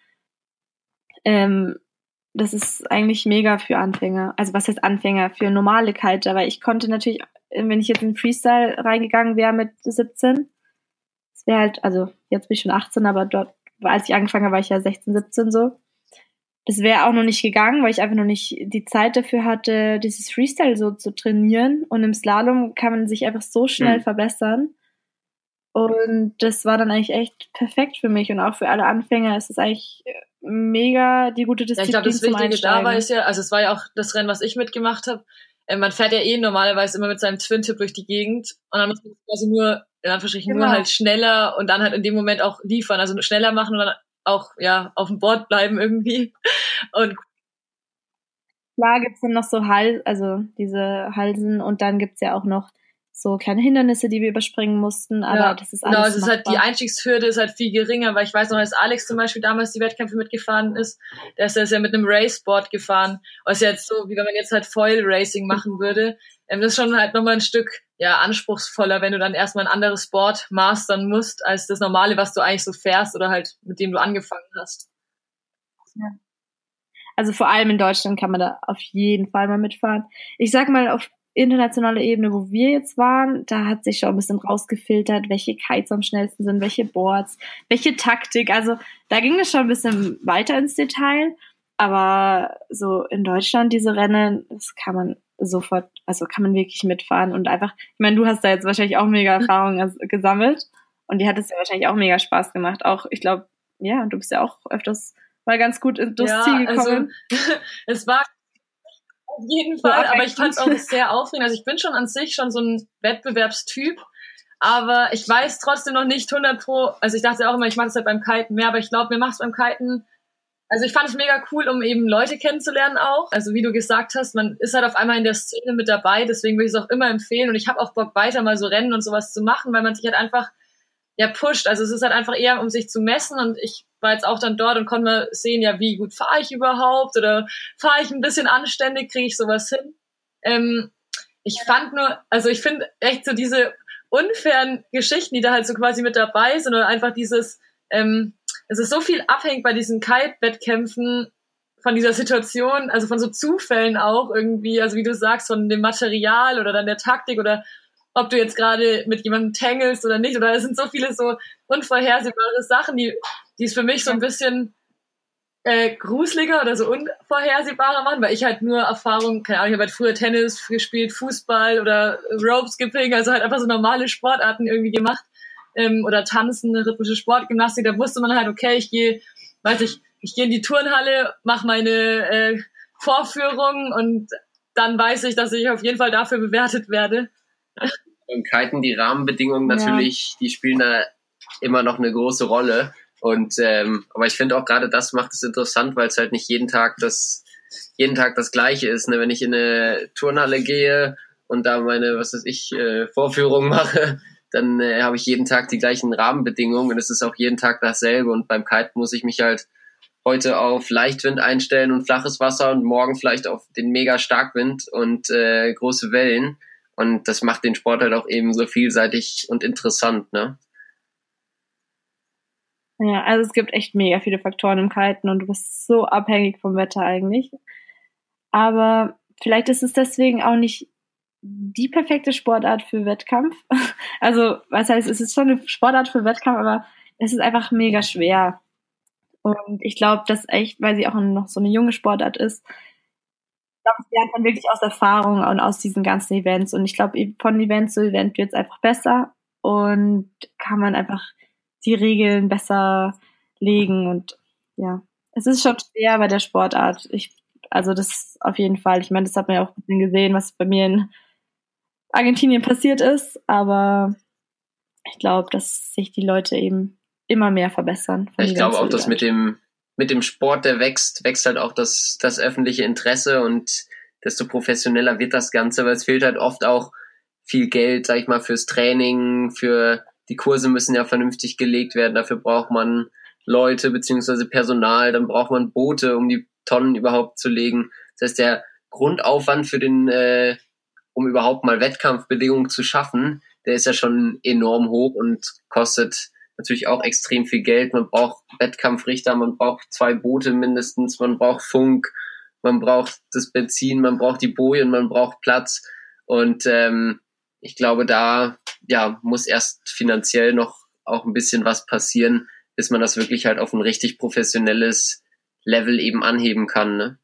Ähm, das ist eigentlich mega für Anfänger. Also was heißt Anfänger? Für normale Kiter, weil ich konnte natürlich, wenn ich jetzt in Freestyle reingegangen wäre mit siebzehn, das wäre halt, also jetzt bin ich schon achtzehn, aber dort, als ich angefangen habe, war ich ja sechzehn, siebzehn so. Das wäre auch noch nicht gegangen, weil ich einfach noch nicht die Zeit dafür hatte, dieses Freestyle so zu trainieren. Und im Slalom kann man sich einfach so schnell mhm. verbessern. Und das war dann eigentlich echt perfekt für mich. Und auch für alle Anfänger ist es eigentlich mega die gute Disziplin. Ja, ich glaube, das Wichtige dabei ist ja, also es war ja auch das Rennen, was ich mitgemacht habe. Äh, man fährt ja eh normalerweise immer mit seinem Twin-Tip durch die Gegend. Und dann muss man quasi nur, in Anführungsstrichen, genau. nur halt schneller und dann halt in dem Moment auch liefern. Also schneller machen und dann auch, ja, auf dem Board bleiben irgendwie. Und klar gibt's dann noch so Hals, also diese Halsen und dann gibt's ja auch noch so kleine Hindernisse, die wir überspringen mussten, aber ja, das ist alles genau, es ist machbar. halt, die Einstiegshürde ist halt viel geringer, weil ich weiß noch, als Alex zum Beispiel damals die Wettkämpfe mitgefahren ist, der ist ja mit einem Raceboard gefahren, was ja jetzt so, wie wenn man jetzt halt Foil Racing machen würde, das ist schon halt nochmal ein Stück, ja, anspruchsvoller, wenn du dann erstmal ein anderes Board mastern musst, als das normale, was du eigentlich so fährst oder halt mit dem du angefangen hast. Ja. Also vor allem in Deutschland kann man da auf jeden Fall mal mitfahren. Ich sag mal, auf internationaler Ebene, wo wir jetzt waren, da hat sich schon ein bisschen rausgefiltert, welche Kites am schnellsten sind, welche Boards, welche Taktik. Also da ging es schon ein bisschen weiter ins Detail. Aber so in Deutschland diese Rennen, das kann man sofort, also kann man wirklich mitfahren und einfach, ich meine, du hast da jetzt wahrscheinlich auch mega Erfahrung also, gesammelt und die hat es ja wahrscheinlich auch mega Spaß gemacht. Auch, ich glaube, ja, du bist ja auch öfters mal ganz gut durchs ja, Ziel gekommen. Also, es war auf jeden Fall, so, aber ich fand es auch sehr aufregend. Also ich bin schon an sich schon so ein Wettbewerbstyp, aber ich weiß trotzdem noch nicht hundert Pro, also ich dachte auch immer, ich mache das halt beim Kiten mehr, aber ich glaube, mir macht es beim Kiten, also ich fand es mega cool, um eben Leute kennenzulernen auch. Also wie du gesagt hast, man ist halt auf einmal in der Szene mit dabei, deswegen will ich es auch immer empfehlen und ich habe auch Bock, weiter mal so Rennen und sowas zu machen, weil man sich halt einfach ja pusht. Also es ist halt einfach eher, um sich zu messen und ich war jetzt auch dann dort und konnte mal sehen, ja, wie gut fahre ich überhaupt oder fahre ich ein bisschen anständig, kriege ich sowas hin. Ähm, ich fand nur, also ich finde echt so diese unfairen Geschichten, die da halt so quasi mit dabei sind oder einfach dieses, ähm, es ist so viel abhängig bei diesen Kite-Wettkämpfen von dieser Situation, also von so Zufällen auch irgendwie, also wie du sagst, von dem Material oder dann der Taktik oder ob du jetzt gerade mit jemandem tangelst oder nicht, oder es sind so viele so unvorhersehbare Sachen, die die es für mich so ein bisschen äh, gruseliger oder so unvorhersehbarer machen, weil ich halt nur Erfahrung, keine Ahnung, ich habe halt früher Tennis gespielt, Fußball oder Rope Skipping, also halt einfach so normale Sportarten irgendwie gemacht, ähm, oder Tanzen, rhythmische Sportgymnastik, da wusste man halt, okay, ich gehe, weiß ich, ich gehe in die Turnhalle, mache meine äh, Vorführung und dann weiß ich, dass ich auf jeden Fall dafür bewertet werde. Beim Kiten die Rahmenbedingungen natürlich, ja. Die spielen da immer noch eine große Rolle. Und ähm, aber ich finde auch gerade das macht es interessant, weil es halt nicht jeden Tag das jeden Tag das Gleiche ist. Ne? Wenn ich in eine Turnhalle gehe und da meine, was weiß ich, äh, Vorführung mache, dann äh, habe ich jeden Tag die gleichen Rahmenbedingungen und es ist auch jeden Tag dasselbe. Und beim Kiten muss ich mich halt heute auf Leichtwind einstellen und flaches Wasser und morgen vielleicht auf den mega Starkwind und äh, große Wellen. Und das macht den Sport halt auch eben so vielseitig und interessant, ne? Ja, also es gibt echt mega viele Faktoren im Kiten und du bist so abhängig vom Wetter eigentlich. Aber vielleicht ist es deswegen auch nicht die perfekte Sportart für Wettkampf. Also, was heißt, es ist schon eine Sportart für Wettkampf, aber es ist einfach mega schwer. Und ich glaube, dass echt, weil sie auch noch so eine junge Sportart ist, ich glaube, es lernt man wirklich aus Erfahrung und aus diesen ganzen Events. Und ich glaube, von Event zu Event wird es einfach besser und kann man einfach die Regeln besser legen. Und ja, es ist schon schwer bei der Sportart. Ich, also das auf jeden Fall. Ich meine, das hat man ja auch ein bisschen gesehen, was bei mir in Argentinien passiert ist. Aber ich glaube, dass sich die Leute eben immer mehr verbessern. Ich glaube auch, dass mit dem mit dem Sport, der wächst, wächst halt auch das, das öffentliche Interesse und desto professioneller wird das Ganze, weil es fehlt halt oft auch viel Geld, sag ich mal, fürs Training, für die Kurse müssen ja vernünftig gelegt werden, dafür braucht man Leute beziehungsweise Personal, dann braucht man Boote, um die Tonnen überhaupt zu legen. Das heißt, der Grundaufwand für den, äh, um überhaupt mal Wettkampfbedingungen zu schaffen, der ist ja schon enorm hoch und kostet natürlich auch extrem viel Geld. Man braucht Wettkampfrichter, man braucht zwei Boote mindestens, man braucht Funk, man braucht das Benzin, man braucht die Bojen, man braucht Platz. Und ähm, ich glaube, da ja muss erst finanziell noch auch ein bisschen was passieren, bis man das wirklich halt auf ein richtig professionelles Level eben anheben kann, ne?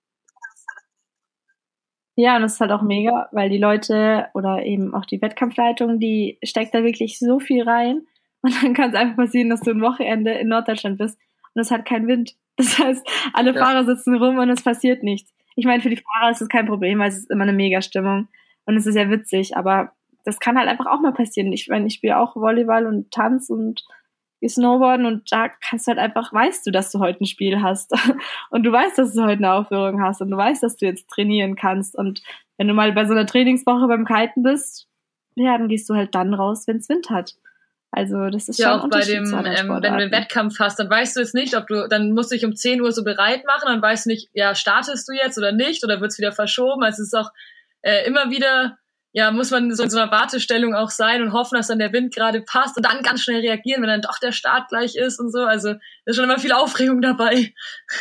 Ja, und das ist halt auch mega, weil die Leute oder eben auch die Wettkampfleitung, die steckt da wirklich so viel rein. Und dann kann es einfach passieren, dass du ein Wochenende in Norddeutschland bist und es hat keinen Wind. Das heißt, alle Ja. Fahrer sitzen rum und es passiert nichts. Ich meine, für die Fahrer ist es kein Problem, weil es ist immer eine Mega-Stimmung und es ist ja witzig, aber das kann halt einfach auch mal passieren. Ich meine, ich spiele auch Volleyball und Tanz und Snowboarden und da kannst du halt einfach, weißt du, dass du heute ein Spiel hast und du weißt, dass du heute eine Aufführung hast und du weißt, dass du jetzt trainieren kannst und wenn du mal bei so einer Trainingswoche beim Kiten bist, ja, dann gehst du halt dann raus, wenn es Wind hat. Also das ist Ja, schon ein auch bei Unterschied dem, zu anderen ähm, wenn du Sportarten. den Wettkampf hast, dann weißt du jetzt nicht, ob du, dann musst du dich um zehn Uhr so bereit machen, dann weißt du nicht, ja, startest du jetzt oder nicht oder wird's wieder verschoben. Also es ist auch äh, immer wieder, ja, muss man so in so einer Wartestellung auch sein und hoffen, dass dann der Wind gerade passt und dann ganz schnell reagieren, wenn dann doch der Start gleich ist und so. Also da ist schon immer viel Aufregung dabei.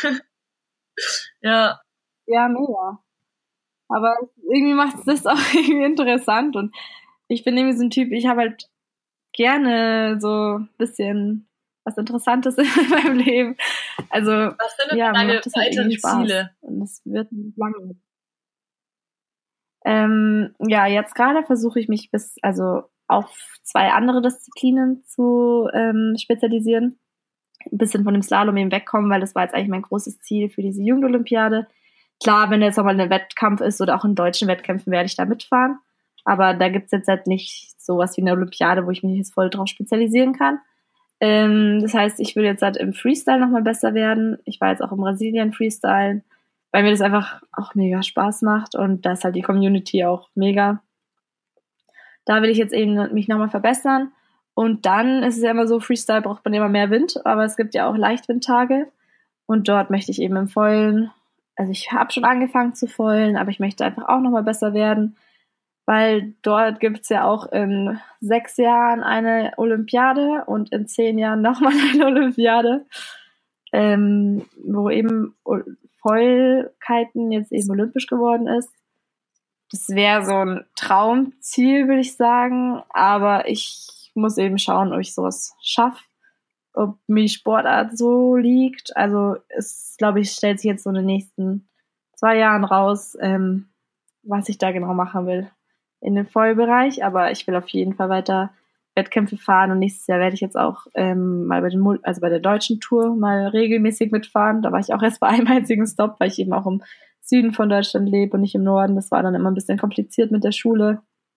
Ja. Ja, mega. Aber irgendwie macht es das auch irgendwie interessant und ich bin irgendwie so ein Typ, ich habe halt gerne so ein bisschen was Interessantes in meinem Leben. Also, Was sind denn ja, mir deine macht das halt weiteren irgendwie Spaß. Ziele? Und es wird nicht lange. Ähm, ja, jetzt gerade versuche ich mich bis, also auf zwei andere Disziplinen zu ähm, spezialisieren. Ein bisschen von dem Slalom eben wegkommen, weil das war jetzt eigentlich mein großes Ziel für diese Jugendolympiade. Klar, wenn jetzt nochmal ein Wettkampf ist oder auch in deutschen Wettkämpfen, werde ich da mitfahren. Aber da gibt's jetzt halt nicht sowas wie eine Olympiade, wo ich mich jetzt voll drauf spezialisieren kann. Ähm, das heißt, ich will jetzt halt im Freestyle nochmal besser werden. Ich war jetzt auch im Brasilien Freestyle, weil mir das einfach auch mega Spaß macht und da ist halt die Community auch mega. Da will ich jetzt eben mich nochmal verbessern. Und dann ist es ja immer so, Freestyle braucht man immer mehr Wind, aber es gibt ja auch Leichtwindtage. Und dort möchte ich eben im Foilen, also ich habe schon angefangen zu foilen, aber ich möchte einfach auch nochmal besser werden, weil dort gibt's ja auch in sechs Jahren eine Olympiade und in zehn Jahren nochmal eine Olympiade, ähm, wo eben Foil-Kiten jetzt eben olympisch geworden ist. Das wäre so ein Traumziel, würde ich sagen, aber ich muss eben schauen, ob ich sowas schaffe, ob mir die Sportart so liegt. Also es, glaube ich, stellt sich jetzt so in den nächsten zwei Jahren raus, ähm, was ich da genau machen will in dem Foil-Bereich, aber ich will auf jeden Fall weiter Wettkämpfe fahren und nächstes Jahr werde ich jetzt auch ähm, mal bei den Mul- also bei der deutschen Tour mal regelmäßig mitfahren. Da war ich auch erst bei einem einzigen Stop, weil ich eben auch im Süden von Deutschland lebe und nicht im Norden. Das war dann immer ein bisschen kompliziert mit der Schule.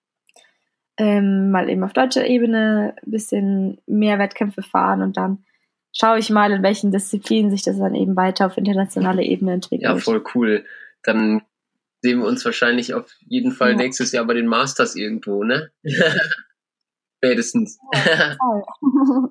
Ähm, mal eben auf deutscher Ebene ein bisschen mehr Wettkämpfe fahren und dann schaue ich mal, in welchen Disziplinen sich das dann eben weiter auf internationaler Ebene entwickelt. Ja, voll cool. Dann sehen wir uns wahrscheinlich auf jeden Fall Ja. nächstes Jahr bei den Masters irgendwo, ne? Spätestens. Ja, toll.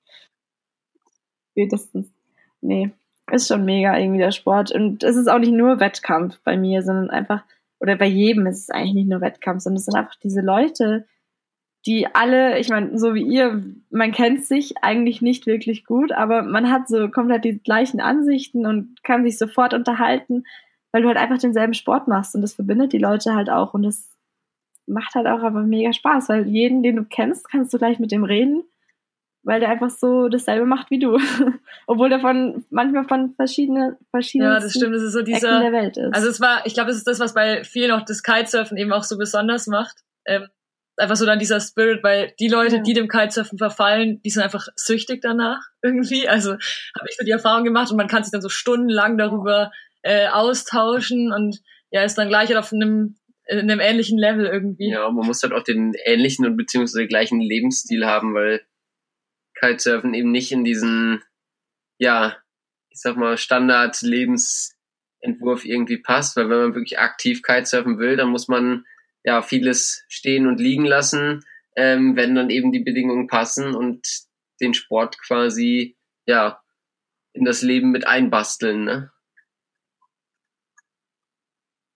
Spätestens. Nee, ist schon mega irgendwie der Sport. Und es ist auch nicht nur Wettkampf bei mir, sondern einfach, oder bei jedem ist es eigentlich nicht nur Wettkampf, sondern es sind einfach diese Leute, die alle, ich meine, so wie ihr, man kennt sich eigentlich nicht wirklich gut, aber man hat so komplett die gleichen Ansichten und kann sich sofort unterhalten, weil du halt einfach denselben Sport machst und das verbindet die Leute halt auch und das macht halt auch einfach mega Spaß, weil jeden, den du kennst, kannst du gleich mit dem reden, weil der einfach so dasselbe macht wie du. Obwohl der von manchmal von verschiedene, verschiedenen Ja, das stimmt, das ist so Ecken dieser, der Welt ist. also es war, ich glaube, das ist das, was bei vielen auch das Kitesurfen eben auch so besonders macht. Ähm, einfach so dann dieser Spirit, weil die Leute, Ja. die dem Kitesurfen verfallen, die sind einfach süchtig danach irgendwie. Also habe ich so die Erfahrung gemacht und man kann sich dann so stundenlang darüber äh, austauschen und ja, ist dann gleich halt auf einem, in einem ähnlichen Level irgendwie. Ja, man muss halt auch den ähnlichen und beziehungsweise gleichen Lebensstil haben, weil Kitesurfen eben nicht in diesen, ja, ich sag mal, Standard-Lebensentwurf irgendwie passt, weil wenn man wirklich aktiv Kitesurfen will, dann muss man ja vieles stehen und liegen lassen, ähm, wenn dann eben die Bedingungen passen und den Sport quasi, ja, in das Leben mit einbasteln, ne?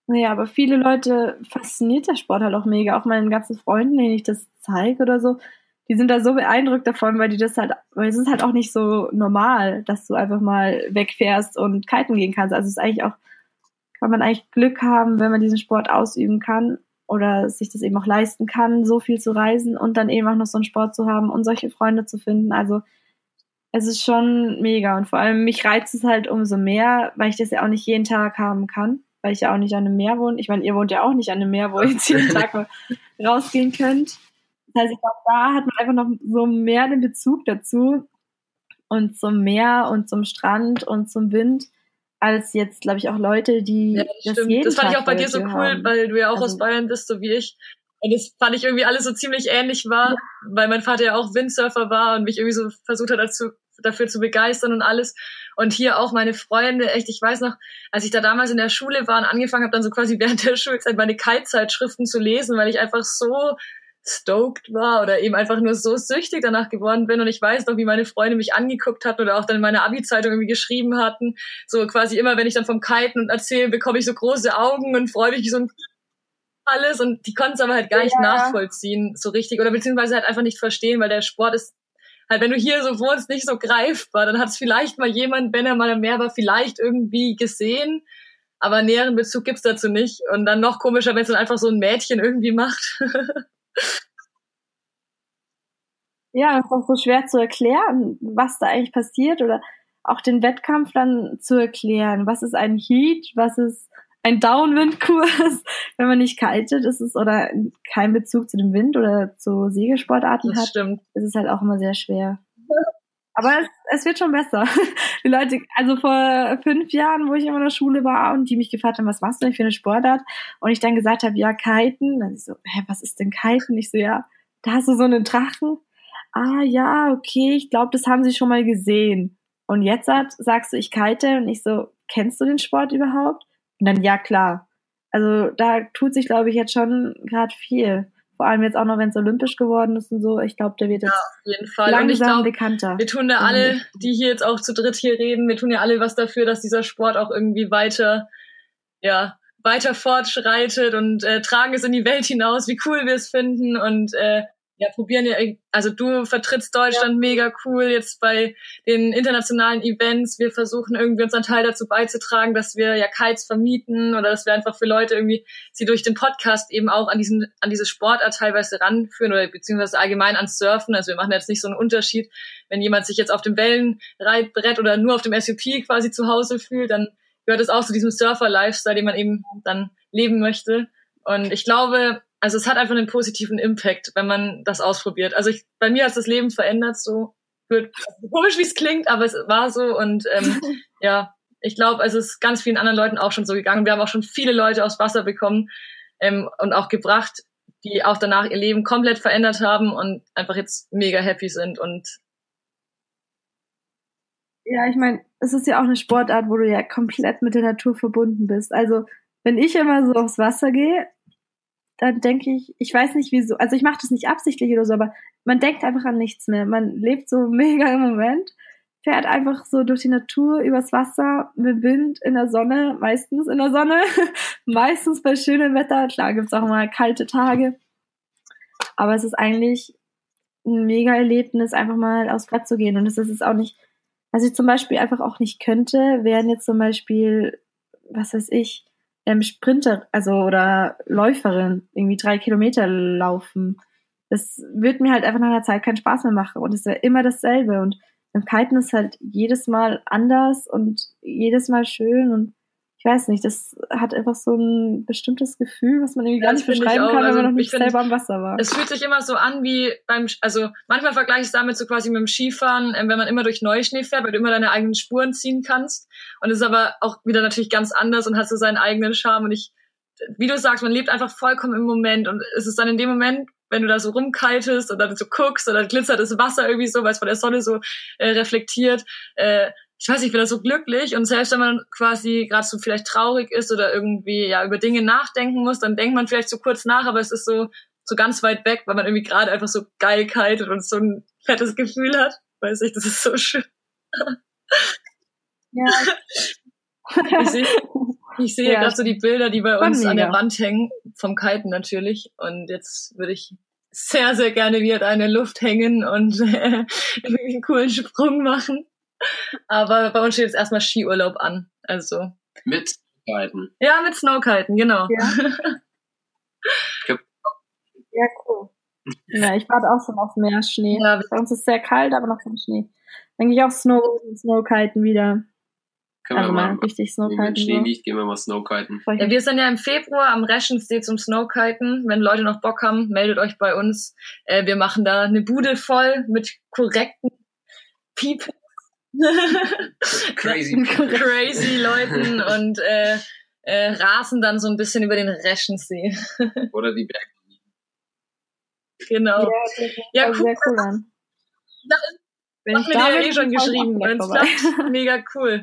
Naja, aber viele Leute fasziniert der Sport halt auch mega. Auch meinen ganzen Freunden, denen ich das zeige oder so, die sind da so beeindruckt davon, weil die das halt, weil es ist halt auch nicht so normal, dass du einfach mal wegfährst und kiten gehen kannst. Also es ist eigentlich auch, kann man eigentlich Glück haben, wenn man diesen Sport ausüben kann oder sich das eben auch leisten kann, so viel zu reisen und dann eben auch noch so einen Sport zu haben und solche Freunde zu finden. Also es ist schon mega und vor allem mich reizt es halt umso mehr, weil ich das ja auch nicht jeden Tag haben kann, weil ich ja auch nicht an einem Meer wohne. Ich meine, ihr wohnt ja auch nicht an einem Meer, wo ihr jetzt jeden Tag mal rausgehen könnt. Das heißt, ich glaube, da hat man einfach noch so mehr den Bezug dazu und zum Meer und zum Strand und zum Wind, als jetzt, glaube ich, auch Leute, die ja, das, das jeden Das fand Tag ich auch bei dir so cool, haben. weil du ja auch also, aus Bayern bist, so wie ich. Und das fand ich irgendwie alles so ziemlich ähnlich war, ja. Weil mein Vater ja auch Windsurfer war und mich irgendwie so versucht hat, dazu, dafür zu begeistern und alles. Und hier auch meine Freunde, echt, ich weiß noch, als ich da damals in der Schule war und angefangen habe, dann so quasi während der Schulzeit meine Kite-Zeitschriften zu lesen, weil ich einfach so stoked war oder eben einfach nur so süchtig danach geworden bin. Und ich weiß noch, wie meine Freunde mich angeguckt hatten oder auch dann in meiner Abi-Zeitung irgendwie geschrieben hatten. So quasi immer, wenn ich dann vom Kiten und erzähle, bekomme ich so große Augen und freue mich wie so ein alles. Und die konnten es aber halt gar nicht ja. nachvollziehen so richtig oder beziehungsweise halt einfach nicht verstehen, weil der Sport ist halt, wenn du hier so wohnst, nicht so greifbar. Dann hat es vielleicht mal jemand, wenn er mal im Meer war, vielleicht irgendwie gesehen. Aber näheren Bezug gibt's dazu nicht. Und dann noch komischer, wenn es dann einfach so ein Mädchen irgendwie macht. Ja, es ist auch so schwer zu erklären, was da eigentlich passiert oder auch den Wettkampf dann zu erklären. Was ist ein Heat? Was ist ein Downwind-Kurs? Wenn man nicht kitet, ist es oder keinen Bezug zu dem Wind oder zu Segelsportarten das hat, stimmt. ist es halt auch immer sehr schwer. Aber es, es wird schon besser. Die Leute, also vor fünf Jahren, wo ich immer in der Schule war und die mich gefragt haben, was machst du denn für eine Sportart? Und ich dann gesagt habe, ja, Kiten. Dann ich so, hä, was ist denn Kiten? Ich so, ja, da hast du so einen Drachen. Ah, ja, okay, ich glaube, das haben sie schon mal gesehen. Und jetzt hat, sagst du, ich kite. Und ich so, kennst du den Sport überhaupt? Und dann, ja, klar. Also da tut sich, glaube ich, jetzt schon gerade viel. Vor allem jetzt auch noch, wenn es olympisch geworden ist und so. Ich glaube, der wird jetzt ja, auf jeden Fall. langsam und ich glaub, bekannter. Wir tun ja alle, die hier jetzt auch zu dritt hier reden, wir tun ja alle was dafür, dass dieser Sport auch irgendwie weiter, ja, weiter fortschreitet und äh, tragen es in die Welt hinaus, wie cool wir es finden und äh, ja, probieren ja, also du vertrittst Deutschland ja. mega cool jetzt bei den internationalen Events. Wir versuchen irgendwie unseren Teil dazu beizutragen, dass wir ja Kites vermieten oder dass wir einfach für Leute irgendwie sie durch den Podcast eben auch an diesen, an diese Sportart teilweise ranführen oder beziehungsweise allgemein ans Surfen. Also wir machen jetzt nicht so einen Unterschied. Wenn jemand sich jetzt auf dem Wellenreitbrett oder nur auf dem S U P quasi zu Hause fühlt, dann gehört es auch zu diesem Surfer-Lifestyle, den man eben dann leben möchte. Und ich glaube, also es hat einfach einen positiven Impact, wenn man das ausprobiert. Also ich, bei mir hat das Leben verändert, so wird komisch, wie es klingt, aber es war so und ähm, ja, ich glaube, es ist ganz vielen anderen Leuten auch schon so gegangen. Wir haben auch schon viele Leute aufs Wasser bekommen ähm, und auch gebracht, die auch danach ihr Leben komplett verändert haben und einfach jetzt mega happy sind. Und ja, ich meine, es ist ja auch eine Sportart, wo du ja komplett mit der Natur verbunden bist. Also wenn ich immer so aufs Wasser gehe, dann denke ich, ich weiß nicht wieso, also ich mache das nicht absichtlich oder so, aber man denkt einfach an nichts mehr. Man lebt so mega im Moment, fährt einfach so durch die Natur, übers Wasser, mit Wind, in der Sonne, meistens in der Sonne, meistens bei schönem Wetter. Klar gibt's auch mal kalte Tage, aber es ist eigentlich ein mega Erlebnis, einfach mal aufs Brett zu gehen. Und es ist es auch nicht, was ich zum Beispiel einfach auch nicht könnte, wären jetzt zum Beispiel, was weiß ich, ähm, Sprinter, also oder Läuferin, irgendwie drei Kilometer laufen. Das wird mir halt einfach nach einer Zeit keinen Spaß mehr machen und es ist ja immer dasselbe und beim Kiten ist halt jedes Mal anders und jedes Mal schön und ich weiß nicht, das hat einfach so ein bestimmtes Gefühl, was man irgendwie gar nicht beschreiben kann, wenn man noch nicht selber am Wasser war. Es fühlt sich immer so an wie beim, also manchmal vergleiche ich es damit so quasi mit dem Skifahren, wenn man immer durch Neuschnee fährt, weil du immer deine eigenen Spuren ziehen kannst. Und es ist aber auch wieder natürlich ganz anders und hat so seinen eigenen Charme. Und ich, wie du sagst, man lebt einfach vollkommen im Moment und es ist dann in dem Moment, wenn du da so rumkaltest oder so guckst oder glitzert das Wasser irgendwie so, weil es von der Sonne so äh, reflektiert, äh, ich weiß nicht, ich bin da so glücklich und selbst wenn man quasi gerade so vielleicht traurig ist oder irgendwie ja über Dinge nachdenken muss, dann denkt man vielleicht so kurz nach, aber es ist so so ganz weit weg, weil man irgendwie gerade einfach so geil kitet und so ein fettes Gefühl hat. Weiß ich, das ist so schön. Ja. Ich seh, Ich sehe Ja, gerade so die Bilder, die bei uns mega. an der Wand hängen, vom Kiten natürlich. Und jetzt würde ich sehr, sehr gerne wieder da in der Luft hängen und äh, irgendwie einen coolen Sprung machen. Aber bei uns steht jetzt erstmal Skiurlaub an. Also Mit Beiden. ja, mit Snowkiten, genau. Ja. Ja, cool. Ja, ich warte auch schon auf mehr Schnee. Ja. Bei uns ist es sehr kalt, aber noch kein Schnee. Dann gehe ich auch Snow Snowkiten wieder. Können Also wir mal mal, richtig wenn Snowkiten. Schnee So. liegt, gehen wir mal Snowkiten. Voll- Ja, wir sind ja im Februar am Reschensee zum Snowkiten. Wenn Leute noch Bock haben, meldet euch bei uns. Äh, wir machen da eine Bude voll mit korrekten People. Crazy. Crazy Leuten und äh, äh, rasen dann so ein bisschen über den Reschensee. Oder die Berge. Genau. Ja, das hört sich Ja, auch cool. sehr cool an. Da Wenn hat ich mir da dir ja bin, eh schon fahr ich auch geschrieben. gleich Wenn's vorbei. klappt, mega cool.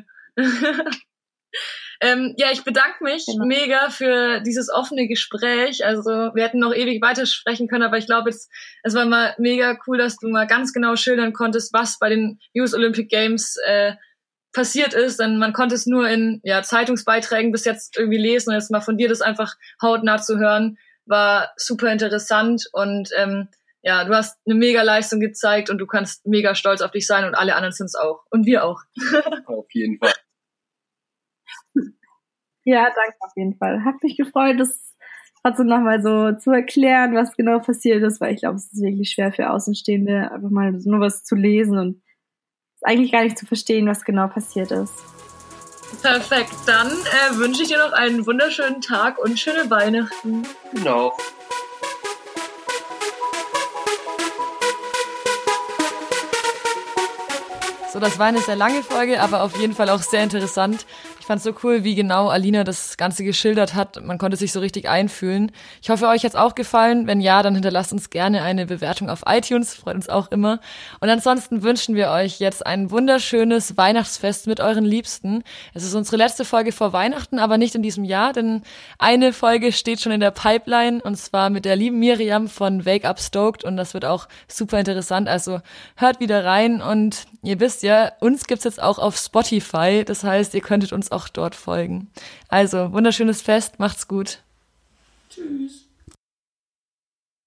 ähm, ja, ich bedanke mich Genau. mega für dieses offene Gespräch. Also wir hätten noch ewig weitersprechen können, aber ich glaube jetzt, es war mal mega cool, dass du mal ganz genau schildern konntest, was bei den Youth Olympic Games äh, passiert ist. Denn man konnte es nur in ja, Zeitungsbeiträgen bis jetzt irgendwie lesen und jetzt mal von dir das einfach hautnah zu hören, war super interessant und ähm, ja, du hast eine mega Leistung gezeigt und du kannst mega stolz auf dich sein und alle anderen sind es auch. Und wir auch. Auf jeden Fall. Ja, danke auf jeden Fall. Hat mich gefreut, das trotzdem nochmal so zu erklären, was genau passiert ist, weil ich glaube, es ist wirklich schwer für Außenstehende, einfach mal nur was zu lesen und eigentlich gar nicht zu verstehen, was genau passiert ist. Perfekt. Dann äh, wünsche ich dir noch einen wunderschönen Tag und schöne Weihnachten. Genau. So, das war eine sehr lange Folge, aber auf jeden Fall auch sehr interessant. Ich fand es so cool, wie genau Alina das Ganze geschildert hat. Man konnte sich so richtig einfühlen. Ich hoffe, euch hat's auch gefallen. Wenn ja, dann hinterlasst uns gerne eine Bewertung auf iTunes. Freut uns auch immer. Und ansonsten wünschen wir euch jetzt ein wunderschönes Weihnachtsfest mit euren Liebsten. Es ist unsere letzte Folge vor Weihnachten, aber nicht in diesem Jahr, denn eine Folge steht schon in der Pipeline und zwar mit der lieben Miriam von Wake Up Stoked und das wird auch super interessant. Also hört wieder rein und ihr wisst ja, uns gibt's jetzt auch auf Spotify. Das heißt, ihr könntet uns auch dort folgen. Also, wunderschönes Fest, macht's gut. Tschüss.